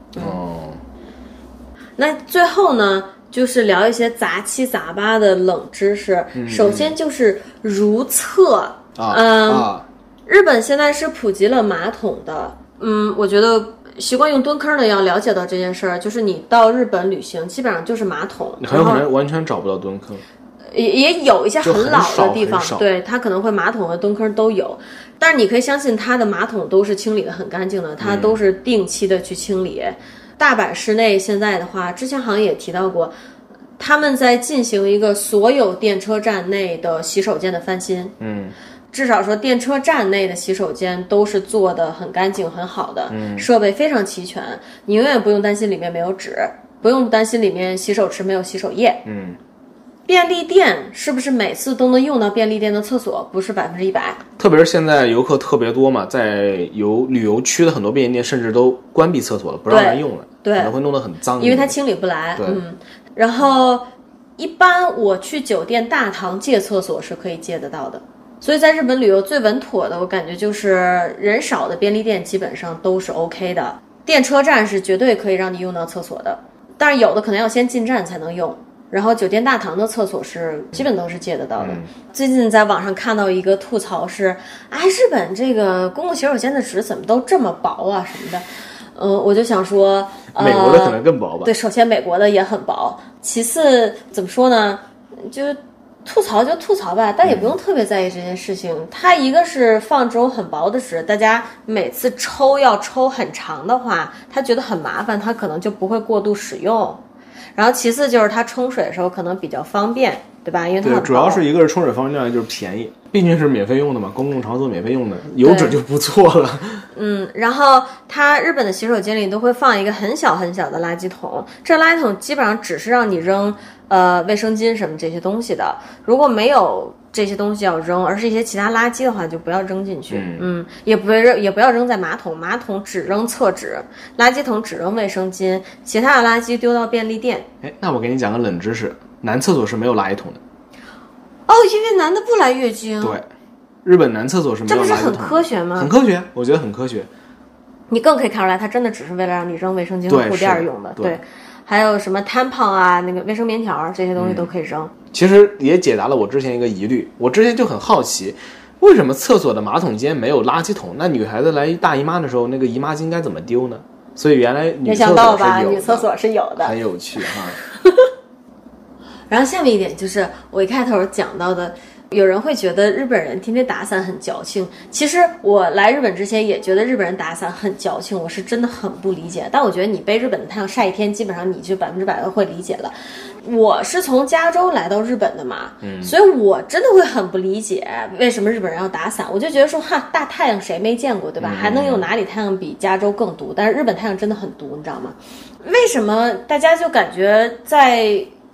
那最后呢，就是聊一些杂七杂八的冷知识。首先就是如厕日本现在是普及了马桶的。我觉得习惯用蹲坑的要了解到这件事儿，就是你到日本旅行基本上就是马桶， 你很有可能完全找不到蹲坑。 也有一些很老的地方， 很对，它可能会马桶和蹲坑都有，但是你可以相信它的马桶都是清理的很干净的，它都是定期的去清理。大阪市内现在的话，之前好像也提到过，他们在进行一个所有电车站内的洗手间的翻新。至少说电车站内的洗手间都是做的很干净很好的，设备非常齐全，你永远不用担心里面没有纸，不用担心里面洗手池没有洗手液。便利店是不是每次都能用到便利店的厕所？不是100%。 特别是现在游客特别多嘛，在旅游区的很多便利店甚至都关闭厕所了，不让人用了， 对， 可能会弄得很脏， 因为它清理不来。 对， 然后一般我去酒店大堂借厕所是可以借得到的。所以在日本旅游最稳妥的，我感觉就是人少的便利店基本上都是 OK 的，电车站是绝对可以让你用到厕所的，但是有的可能要先进站才能用。然后酒店大堂的厕所是基本都是借得到的。最近在网上看到一个吐槽是，日本这个公共洗手间的纸怎么都这么薄啊什么的。我就想说， 美国的可能更薄吧。 对，首先美国的也很薄，其次怎么说呢，就吐槽就吐槽吧，但也不用特别在意这件事情。它一个是放这种很薄的纸，大家每次抽要抽很长的话，他觉得很麻烦，他可能就不会过度使用。然后其次就是它冲水的时候可能比较方便，对吧？因为它很薄。 对，主要是一个是冲水方便，就是便宜，毕竟是免费用的嘛，公共场所免费用的，有纸就不错了。 然后它日本的洗手间里都会放一个很小很小的垃圾桶，这垃圾桶基本上只是让你扔卫生巾什么这些东西的，如果没有这些东西要扔，而是一些其他垃圾的话，就不要扔进去。也不要扔在马桶，马桶只扔厕纸，垃圾桶只扔卫生巾，其他的垃圾丢到便利店。 那我给你讲个冷知识，男厕所是没有垃圾桶的。 因为男的不来月经。 对，日本男厕所是没有垃圾桶的。 这不是很科学吗？ 很科学，我觉得很科学。 你更可以看出来，它真的只是为了让你扔卫生巾和护垫用的。对，还有什么 tampon 啊，那个卫生棉条这些东西都可以扔。 其实也解答了我之前一个疑虑，我之前就很好奇，为什么厕所的马桶间没有垃圾桶？那女孩子来大姨妈的时候，那个姨妈巾该怎么丢呢？所以原来女厕所是有的。没想到吧？女厕所是有的，很有趣哈。 然后下面一点就是我一开头讲到的，有人会觉得日本人天天打伞很矫情。其实我来日本之前也觉得日本人打伞很矫情，我是真的很不理解。但我觉得你被日本的太阳晒一天，基本上你就100%的会理解了。我是从加州来到日本的嘛，所以我真的会很不理解为什么日本人要打伞。我就觉得说，大太阳谁没见过，对吧？还能有哪里太阳比加州更毒？但是日本太阳真的很毒，你知道吗？为什么大家就感觉在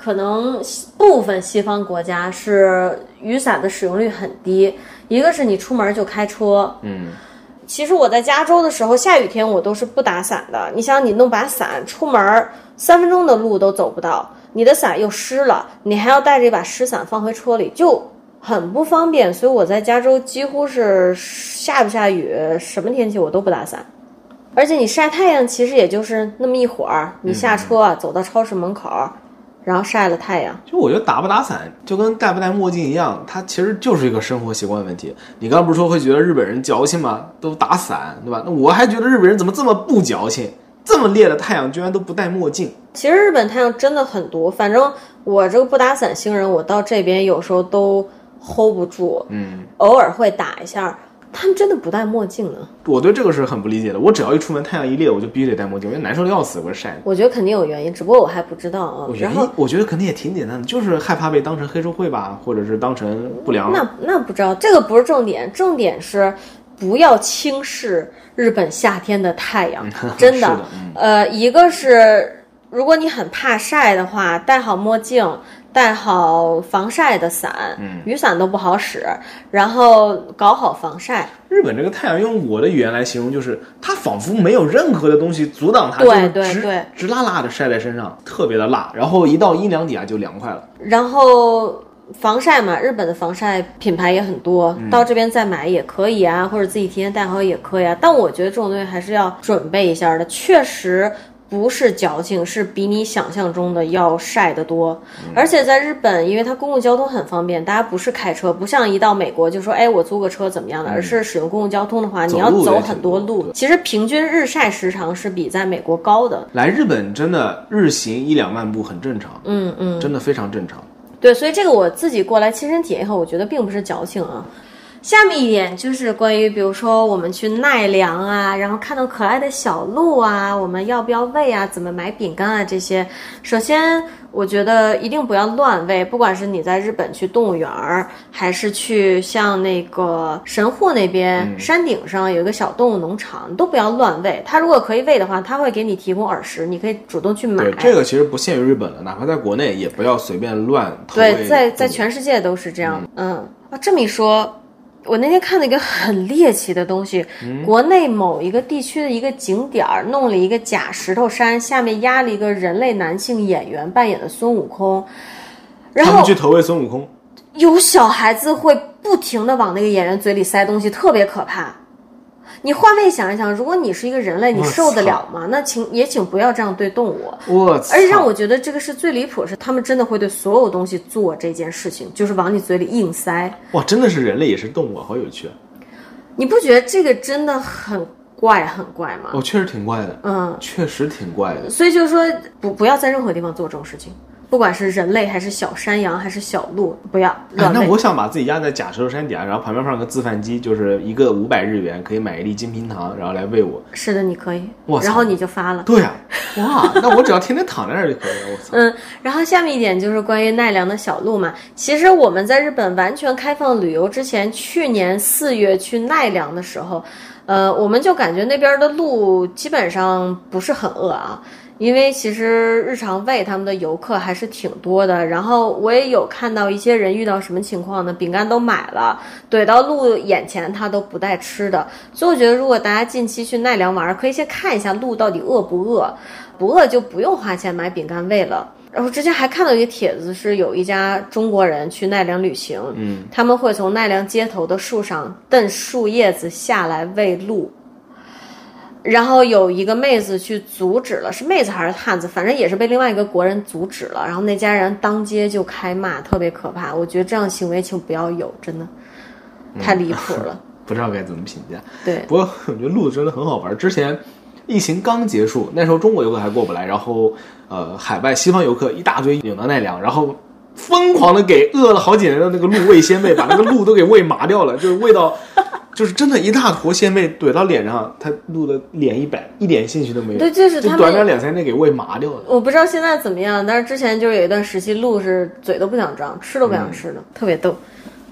可能部分西方国家是雨伞的使用率很低，一个是你出门就开车，其实我在加州的时候，下雨天我都是不打伞的。你想，你弄把伞出门3分钟的路都走不到，你的伞又湿了，你还要带着一把湿伞放回车里，就很不方便。所以我在加州几乎是下不下雨，什么天气我都不打伞。而且你晒太阳其实也就是那么一会儿，你下车走到超市门口，然后晒了太阳。 就我觉得打不打伞就跟戴不戴墨镜一样，它其实就是一个生活习惯问题。你刚刚不是说会觉得日本人矫情吗？都打伞，对吧？那我还觉得日本人怎么这么不矫情，这么烈的太阳居然都不戴墨镜。 其实日本太阳真的很毒，反正我这个不打伞星人，我到这边有时候都 hold 不住，偶尔会打一下。他们真的不戴墨镜呢？ 我对这个是很不理解的。我只要一出门太阳一烈，我就必须得戴墨镜，因为难受的要死，我晒的。 我觉得肯定有原因，只不过我还不知道啊。 原因我觉得肯定也挺简单的，就是害怕被当成黑社会吧，或者是当成不良。 那不知道，这个不是重点，重点是不要轻视日本夏天的太阳，真的。一个是如果你很怕晒的话，戴好墨镜，带好防晒的伞，雨伞都不好使，然后搞好防晒。 日本这个太阳用我的语言来形容，就是它仿佛没有任何的东西阻挡它， 对， 直辣辣的晒在身上，特别的辣，然后一到阴凉底下就凉快了。 然后防晒嘛，日本的防晒品牌也很多，到这边再买也可以啊，或者自己提前带好也可以啊。但我觉得这种东西还是要准备一下的，确实不是矫情，是比你想象中的要晒得多。而且在日本，因为它公共交通很方便，大家不是开车，不像一到美国就说哎我租个车怎么样的，而是使用公共交通的话，你要走很多路。其实平均日晒时长是比在美国高的。 来日本真的日行1-2万步很正常，真的非常正常。 对，所以这个我自己过来亲身体验以后，我觉得并不是矫情啊。下面一点就是关于，比如说我们去奈良啊，然后看到可爱的小鹿啊，我们要不要喂啊？怎么买饼干啊？这些，首先我觉得一定不要乱喂，不管是你在日本去动物园儿，还是去像那个神户那边山顶上有一个小动物农场，都不要乱喂。它如果可以喂的话，它会给你提供耳食，你可以主动去买。 对，这个其实不限于日本了，哪怕在国内也不要随便乱投喂。 对，在全世界都是这样。这么一说。我那天看了一个很猎奇的东西，国内某一个地区的一个景点弄了一个假石头山，下面压了一个人类男性演员扮演的孙悟空，然后他们去投喂孙悟空， 有小孩子会不停地往那个演员嘴里塞东西，特别可怕。你换位想一想，如果你是一个人类，你受得了吗？那请不要这样对动物。而且让我觉得这个是最离谱，是他们真的会对所有东西做这件事情，就是往你嘴里硬塞。 哇，真的是人类也是动物，好有趣。 你不觉得这个真的很怪吗？ 确实挺怪的，确实挺怪的。 所以就是说，不要在任何地方做这种事情。不管是人类还是小山羊还是小鹿，不要乱喂。 那我想把自己压在假石头山底下，然后旁边放个自贩机，就是一个500日元可以买一粒金平糖，然后来喂我。 是的，你可以。然后你就发了。 对呀，哇，那我只要天天躺在那儿就可以了。我操。 然后下面一点就是关于奈良的小鹿嘛。其实我们在日本完全开放旅游之前，去年4月去奈良的时候，我们就感觉那边的鹿基本上不是很饿啊。因为其实日常喂他们的游客还是挺多的，然后我也有看到一些人遇到什么情况呢？饼干都买了，怼到鹿眼前他都不带吃的。所以我觉得如果大家近期去奈良玩，可以先看一下鹿到底饿不饿，不饿就不用花钱买饼干喂了。然后之前还看到一个帖子，是有一家中国人去奈良旅行，他们会从奈良街头的树上蹬树叶子下来喂鹿。然后有一个妹子去阻止了，是妹子还是汉子，反正也是被另外一个国人阻止了，然后那家人当街就开骂，特别可怕。我觉得这样行为请不要有，真的太离谱了。 不知道该怎么评价。 对， 不过我觉得鹿真的很好玩。之前疫情刚结束，那时候中国游客还过不来，然后海外西方游客一大堆涌到奈良，然后疯狂的给饿了好几年的那个鹿喂鲜贝，把那个鹿都给喂麻掉了，就是喂到。就是真的一大坨鲜贝怼到脸上，他鹿的脸一摆，一点兴趣都没有。 对，就是他们就短短2-3天给喂麻掉了。 我不知道现在怎么样，但是之前就是有一段时期，鹿是嘴都不想张，吃都不想吃的，特别逗。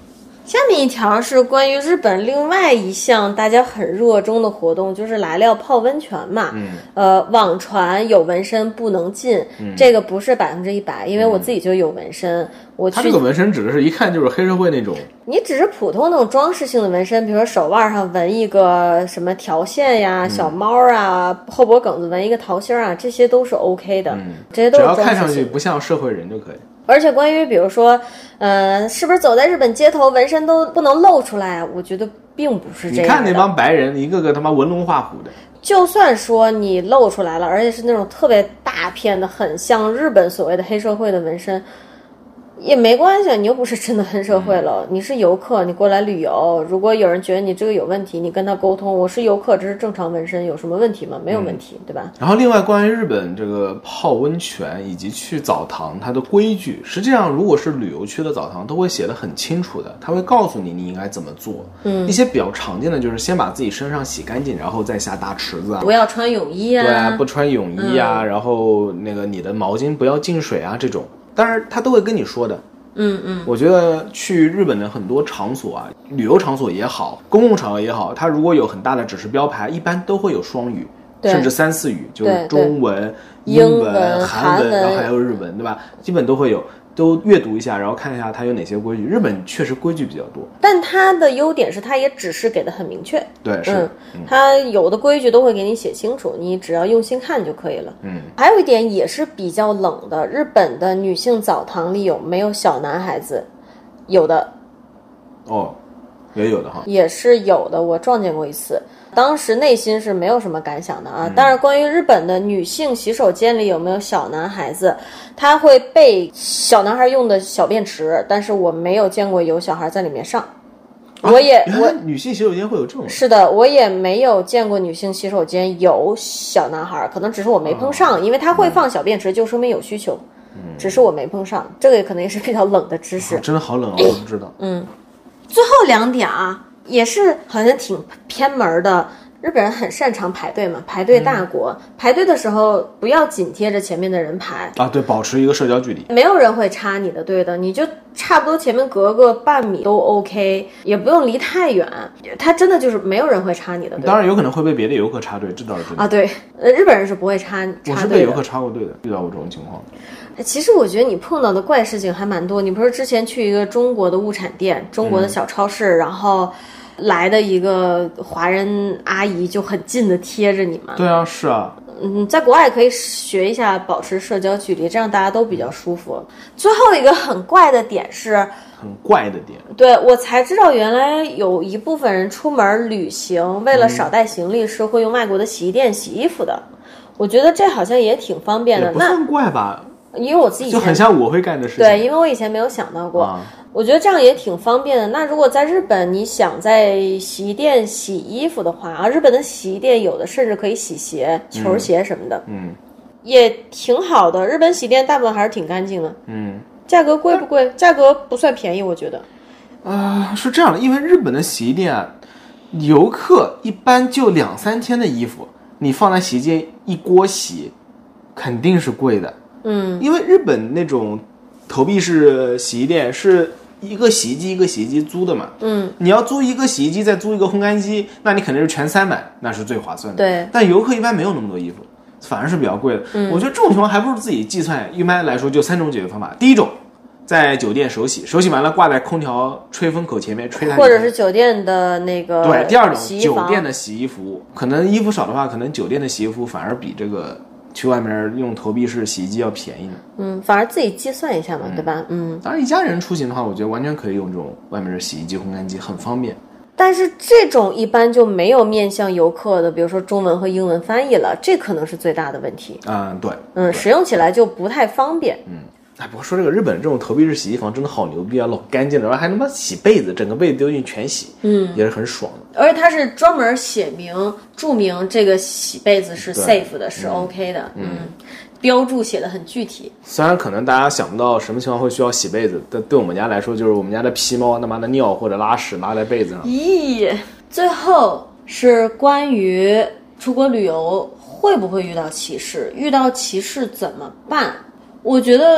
下面一条是关于日本另外一项大家很热衷的活动，就是来了要泡温泉嘛。网传有纹身不能进，这个不是100%，因为我自己就有纹身。 他这个纹身指的是一看就是黑社会那种， 你只是普通那种装饰性的纹身，比如说手腕上纹一个什么条线呀、小猫啊，后脖梗子纹一个桃心啊，这些都是 OK 的，这些都是装饰性， 只要看上去不像社会人就可以。 而且关于比如说，是不是走在日本街头纹身都不能露出来？我觉得并不是这样的。 你看那帮白人，一个个他妈纹龙画虎的。 就算说你露出来了，而且是那种特别大片的，很像日本所谓的黑社会的纹身，也没关系，你又不是真的黑社会了，你是游客，你过来旅游。如果有人觉得你这个有问题，你跟他沟通，我是游客，这是正常纹身，有什么问题吗？没有问题，对吧？ 然后另外关于日本这个泡温泉以及去澡堂它的规矩，实际上如果是旅游区的澡堂都会写得很清楚的，他会告诉你应该怎么做。一些比较常见的就是先把自己身上洗干净，然后再下大池子啊， 不要穿泳衣啊， 对啊，不穿泳衣啊，然后那个你的毛巾不要进水啊，这种当然他都会跟你说的。我觉得去日本的很多场所啊，旅游场所也好，公共场合也好，它如果有很大的指示标牌，一般都会有双语，甚至3、4语，就是中文、英文、韩文，然后还有日文，对吧？基本都会有，都阅读一下，然后看一下它有哪些规矩。日本确实规矩比较多， 但它的优点是它也指示给的很明确。 对，是， 它有的规矩都会给你写清楚，你只要用心看就可以了。还有一点也是比较冷的，日本的女性澡堂里有没有小男孩子？有的。 哦，也有的哈， 也是有的，我撞见过一次。当时内心是没有什么感想的啊。但是关于日本的女性洗手间里有没有小男孩子，他会备小男孩用的小便池，但是我没有见过有小孩在里面上。 原来女性洗手间会有这种？ 是的，我也没有见过女性洗手间有小男孩，可能只是我没碰上，因为他会放小便池，就说明有需求。只是我没碰上，这个可能也是比较冷的知识。 真的好冷啊，我不知道。 最后2点啊，也是好像挺偏门的。日本人很擅长排队嘛，排队大国，排队的时候不要紧贴着前面的人排啊，对，保持一个社交距离， 没有人会插你的队的，你就差不多前面隔个半米都 OK， 也不用离太远，他真的就是没有人会插你的队。 当然有可能会被别的游客插队，这倒是真的啊。对，日本人是不会插队的。 我是被游客插过队的，遇到过这种情况。 其实我觉得你碰到的怪事情还蛮多。你不是之前去一个中国的物产店，中国的小超市，然后来的一个华人阿姨就很近的贴着你吗？ 对啊，是啊。 在国外可以学一下保持社交距离，这样大家都比较舒服。最后一个很怪的点是， 很怪的点， 对，我才知道原来有一部分人出门旅行，为了少带行李，是会用外国的洗衣店洗衣服的。我觉得这好像也挺方便的。 也不算怪吧？ 因为我自己就很像我会干的事情。 对，因为我以前没有想到过。我觉得这样也挺方便的。那如果在日本，你想在洗衣店洗衣服的话啊，日本的洗衣店有的甚至可以洗鞋、球鞋什么的，也挺好的。日本洗衣店大部分还是挺干净的。价格贵不贵？价格不算便宜，我觉得。 是这样的，因为日本的洗衣店啊，游客一般就2、3天的衣服，你放在洗衣间一锅洗，肯定是贵的。因为日本那种投币式洗衣店是一个洗衣机一个洗衣机租的嘛，你要租一个洗衣机再租一个烘干机，那你肯定是全塞满，那是最划算的。 对， 但游客一般没有那么多衣服，反而是比较贵的。我觉得这种情况还不如自己计算。一般来说就3种解决方法，第一种，在酒店手洗，手洗完了挂在空调吹风口前面吹它， 或者是酒店的那个对。第二种，酒店的洗衣服，可能衣服少的话，可能酒店的洗衣服反而比这个去外面用投币式洗衣机要便宜呢。 反而自己计算一下嘛，对吧？ 当然一家人出行的话，我觉得完全可以用这种外面的洗衣机、烘干机，很方便。 但是这种一般就没有面向游客的，比如说中文和英文翻译了，这可能是最大的问题。 对。 使用起来就不太方便。 不过说这个日本这种投币式洗衣房真的好牛逼啊，老干净了，然后还能把洗被子，整个被子丢进全洗，也是很爽的。 而且它是专门注明这个洗被子是 safe 的，是 OK 的。标注写的很具体。 虽然可能大家想不到什么情况会需要洗被子，但对我们家来说，就是我们家的皮猫他妈的尿或者拉屎拉在被子上。 咦，最后是关于出国旅游会不会遇到歧视，遇到歧视怎么办？我觉得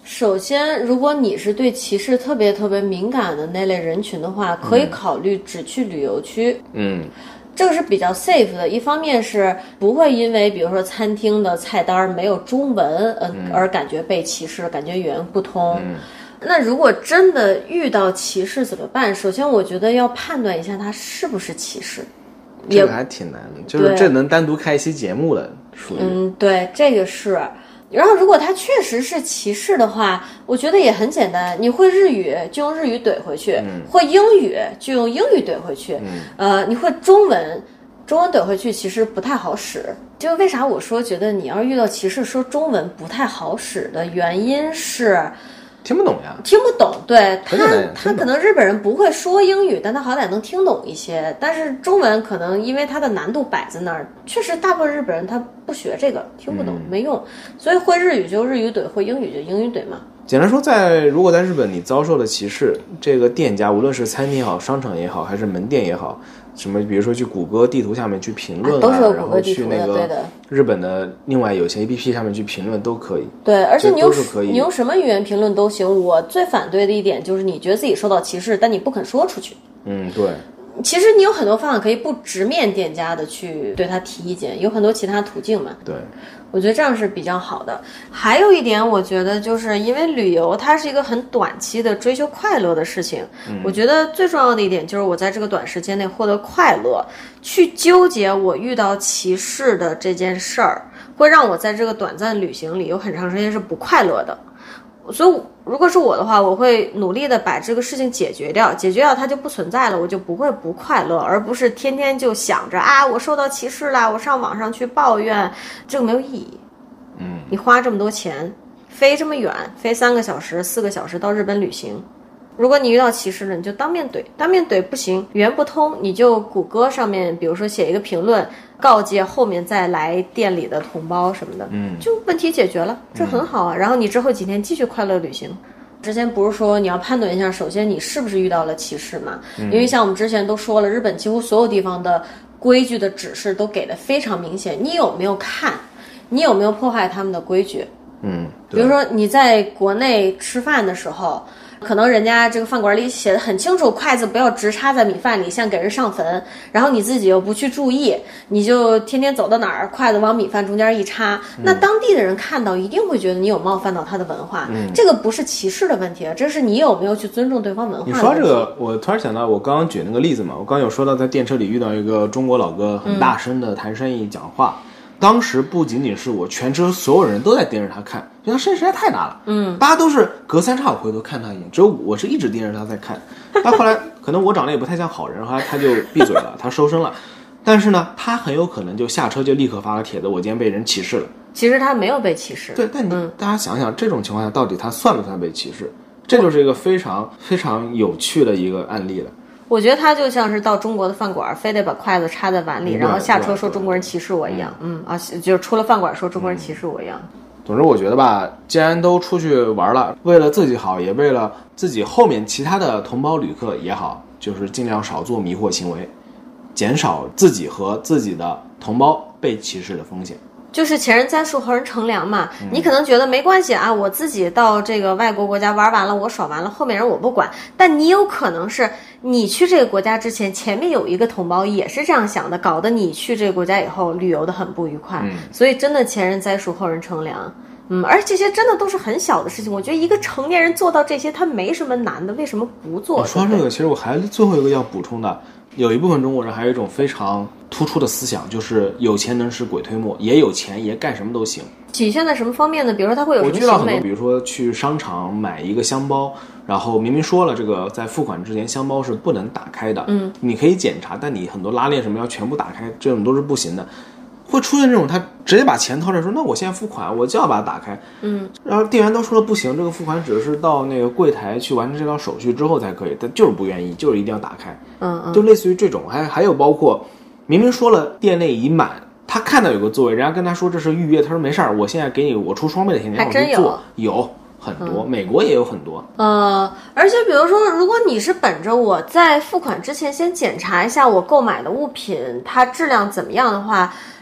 首先，如果你是对歧视特别特别敏感的那类人群的话，可以考虑只去旅游区。这个是比较 safe 的。一方面是不会因为比如说餐厅的菜单没有中文而感觉被歧视，感觉语言不通。那如果真的遇到歧视怎么办？首先我觉得要判断一下它是不是歧视。 这个还挺难的，就是这能单独开一期节目的属于。 对，这个是。然后如果它确实是歧视的话，我觉得也很简单，你会日语就用日语怼回去，会英语就用英语怼回去，你会中文怼回去其实不太好使。就为啥我说觉得你要遇到歧视说中文不太好使的原因是听不懂呀， 听不懂。对，他可能日本人不会说英语，但他好歹能听懂一些。但是中文可能因为它的难度摆在那儿，确实大部分日本人他不学这个，听不懂没用。所以会日语就日语怼，会英语就英语怼嘛。 简单说，如果在日本你遭受了歧视，这个店家无论是餐厅也好，商场也好，还是门店也好，什么比如说去谷歌地图下面去评论都是有然谷歌地图的， 后去那个对的。 日本的另外有些 APP 上面去评论都可以。 对，而且你用什么语言评论都行。我最反对的一点就是你觉得自己受到歧视，但你不肯说出去。 对。 其实你有很多方法可以不直面店家的去对他提意见，有很多其他途径嘛。 对， 我觉得这样是比较好的。还有一点，我觉得就是因为旅游它是一个很短期的追求快乐的事情，我觉得最重要的一点就是我在这个短时间内获得快乐，去纠结我遇到歧视的这件事儿，会让我在这个短暂旅行里有很长时间是不快乐的。所以如果是我的话，我会努力的把这个事情解决掉它就不存在了，我就不会不快乐，而不是天天就想着我受到歧视了，我上网上去抱怨，这个没有意义。你花这么多钱飞这么远，飞3个小时4个小时到日本旅行，如果你遇到歧视了，你就当面怼不行，语言不通，你就谷歌上面比如说写一个评论，告诫后面再来店里的同胞什么的，就问题解决了，这很好啊。然后你之后几天继续快乐旅行。之前不是说你要判断一下，首先你是不是遇到了歧视嘛？因为像我们之前都说了，日本几乎所有地方的规矩的指示都给得非常明显，你有没有看？你有没有破坏他们的规矩？比如说你在国内吃饭的时候，可能人家这个饭馆里写的很清楚，筷子不要直插在米饭里，像给人上坟，然后你自己又不去注意，你就天天走到哪儿，筷子往米饭中间一插，那当地的人看到一定会觉得你有冒犯到他的文化。这个不是歧视的问题，这是你有没有去尊重对方文化的问题。 你说这个，我突然想到我刚刚举那个例子嘛，我刚刚有说到在电车里遇到一个中国老哥很大声的谈生意讲话，当时不仅仅是我，全车所有人都在盯着他看，因为他声音实在太大了。大家都是隔3差5回头看他一眼，只有我是一直盯着他在看。他后来可能我长得也不太像好人，后来他就闭嘴了，他收声了。但是呢，他很有可能就下车就立刻发个帖子，我今天被人歧视了。 其实他没有被歧视。 对，但大家想想，这种情况下到底他算不算被歧视？这就是一个非常非常有趣的一个案例了。 我觉得他就像是到中国的饭馆，非得把筷子插在碗里，然后下车说中国人歧视我一样。就是出了饭馆说中国人歧视我一样。 总之我觉得吧，既然都出去玩了，为了自己好，也为了自己后面其他的同胞旅客也好，就是尽量少做迷惑行为，减少自己和自己的同胞被歧视的风险。 就是前人栽树后人乘凉嘛，你可能觉得没关系啊，我自己到这个外国国家玩完了，我爽完了，后面人我不管。但你有可能是你去这个国家之前，前面有一个同胞也是这样想的，搞得你去这个国家以后旅游的很不愉快。所以真的前人栽树后人乘凉。而且这些真的都是很小的事情，我觉得一个成年人做到这些，他没什么难的，为什么不做？ 说这个，其实我还最后一个要补充的，有一部分中国人还有一种非常突出的思想，就是有钱能使鬼推磨，也有钱也干什么都行。 体现在什么方面呢？比如说他会有什么行为？ 我遇到很多，比如说去商场买一个香包，然后明明说了这个在付款之前香包是不能打开的，你可以检查，但你很多拉链什么要全部打开，这种都是不行的。会出现这种他直接把钱掏出来说，那我现在付款我就要把它打开，然后店员都说了不行，这个付款只是到那个柜台去完成这道手续之后才可以，但就是不愿意，就是一定要打开，就类似于这种。还有包括明明说了店内已满，他看到有个座位，人家跟他说这是预约，他说没事儿，我现在给你，我出双倍的钱，你让我去做，有很多，美国也有很多。 而且比如说，如果你是本着我在付款之前先检查一下我购买的物品它质量怎么样的话，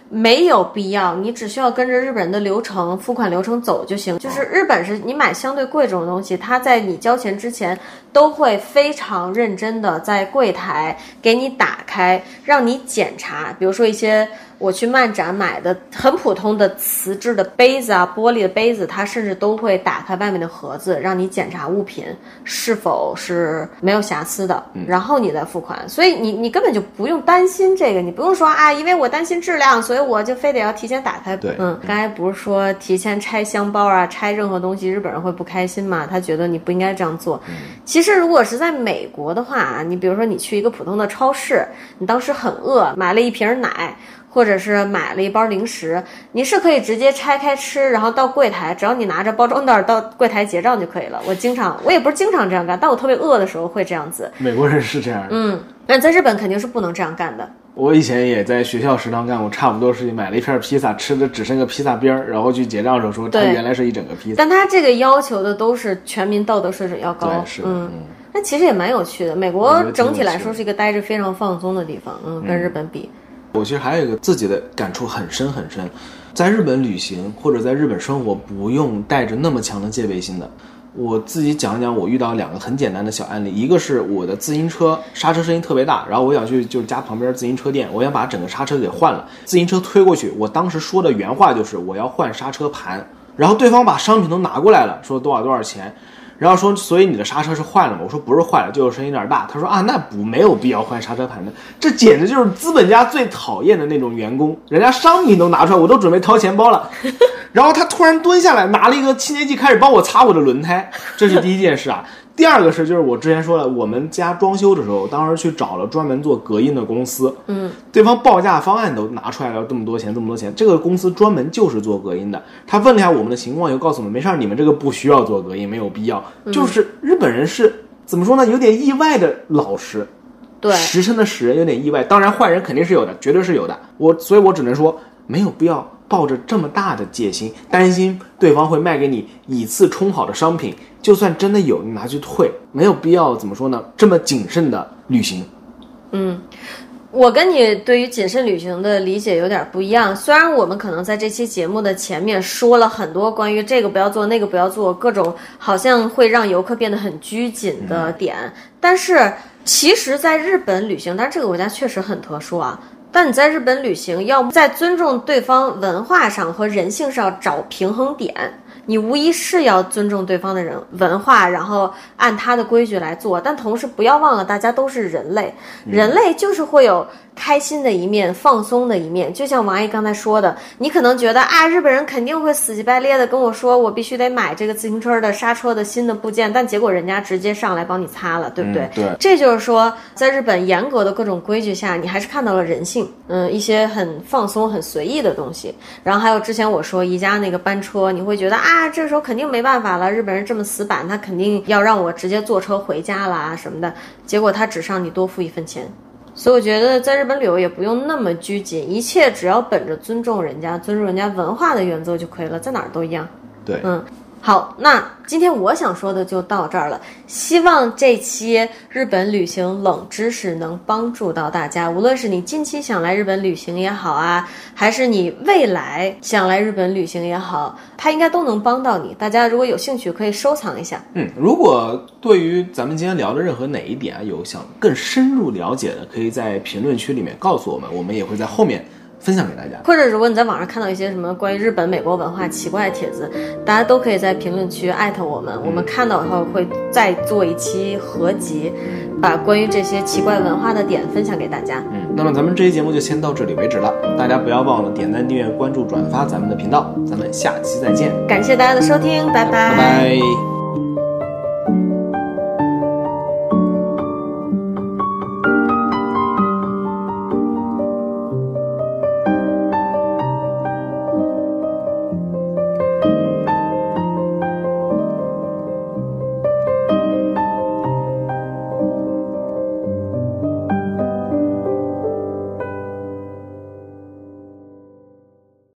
没有必要，你只需要跟着日本人的流程、付款流程走就行。就是日本是你买相对贵重的东西，他在你交钱之前都会非常认真的在柜台给你打开，让你检查。比如说一些我去漫展买的很普通的瓷质的杯子啊、玻璃的杯子，它甚至都会打开外面的盒子，让你检查物品是否是没有瑕疵的，然后你再付款。所以你根本就不用担心这个，你不用说啊，因为我担心质量，所以我就非得要提前打开。 对， 刚才不是说提前拆箱包啊、拆任何东西，日本人会不开心吗？他觉得你不应该这样做。其实如果是在美国的话啊，你比如说你去一个普通的超市，你当时很饿，买了一瓶奶，或者是买了一包零食，你是可以直接拆开吃，然后到柜台，只要你拿着包装袋到柜台结账就可以了。我也不是经常这样干，但我特别饿的时候会这样子。 美国人是这样的。 但在日本肯定是不能这样干的。 我以前也在学校食堂干过差不多事情，买了一片披萨，吃的只剩个披萨边儿，然后去结账的时候说它原来是一整个披萨。 但他这个要求的都是全民道德水准要高。 对，是的。 那其实也蛮有趣的。美国整体来说是一个待着非常放松的地方，跟日本比。 我其实还有一个自己的感触很深很深，在日本旅行或者在日本生活，不用带着那么强的戒备心的。我自己讲讲我遇到2个很简单的小案例，一个是我的自行车刹车声音特别大，然后我想去就是家旁边自行车店，我想把整个刹车给换了，自行车推过去，我当时说的原话就是我要换刹车盘，然后对方把商品都拿过来了，说多少钱，然后说所以你的刹车是坏了吗？我说不是坏了，就是声音有点大。他说啊，那没有必要换刹车盘的。这简直就是资本家最讨厌的那种员工，人家商品都拿出来，我都准备掏钱包了，然后他突然蹲下来拿了一个清洁剂开始帮我擦我的轮胎，这是第一件事啊。第二个是就是我之前说了，我们家装修的时候，当时去找了专门做隔音的公司，对方报价方案都拿出来了，这么多钱，这个公司专门就是做隔音的。他问了一下我们的情况以后，告诉我们没事，你们这个不需要做隔音，没有必要。就是日本人是怎么说呢？有点意外的老实， 对， 实诚的使人有点意外。当然坏人肯定是有的，绝对是有的。所以我只能说没有必要抱着这么大的戒心，担心对方会卖给你以次充好的商品，就算真的有，你拿去退，没有必要怎么说呢？这么谨慎的旅行。 我跟你对于谨慎旅行的理解有点不一样。虽然我们可能在这期节目的前面说了很多关于这个不要做那个不要做，各种好像会让游客变得很拘谨的点，但是其实在日本旅行，但是这个国家确实很特殊啊，但你在日本旅行要在尊重对方文化上和人性上找平衡点。你无疑是要尊重对方的人文化，然后按他的规矩来做，但同时不要忘了大家都是人类，人类就是会有开心的一面，放松的一面。就像王阿姨刚才说的，你可能觉得啊，日本人肯定会死乞白咧的跟我说我必须得买这个自行车的刹车的新的部件，但结果人家直接上来帮你擦了，对不对？ 对， 这就是说在日本严格的各种规矩下，你还是看到了人性，一些很放松很随意的东西。然后还有之前我说宜家那个班车，你会觉得啊，这时候肯定没办法了，日本人这么死板，他肯定要让我直接坐车回家啦什么的，结果他只让你多付1分钱。所以我觉得在日本旅游也不用那么拘谨，一切只要本着尊重人家文化的原则就可以了，在哪儿都一样。 对， 好，那今天我想说的就到这儿了。希望这期日本旅行冷知识能帮助到大家，无论是你近期想来日本旅行也好啊，还是你未来想来日本旅行也好，它应该都能帮到你。大家如果有兴趣可以收藏一下。 如果对于咱们今天聊的任何哪一点有想更深入了解的，可以在评论区里面告诉我们，我们也会在后面分享给大家。 或者如果你在网上看到一些什么关于日本美国文化奇怪的帖子，大家都可以在评论区艾特我们，我们看到以后会再做一期合集，把关于这些奇怪文化的点分享给大家。 那么咱们这期节目就先到这里为止了，大家不要忘了点赞订阅关注转发咱们的频道，咱们下期再见。 感谢大家的收听，拜拜。 拜拜。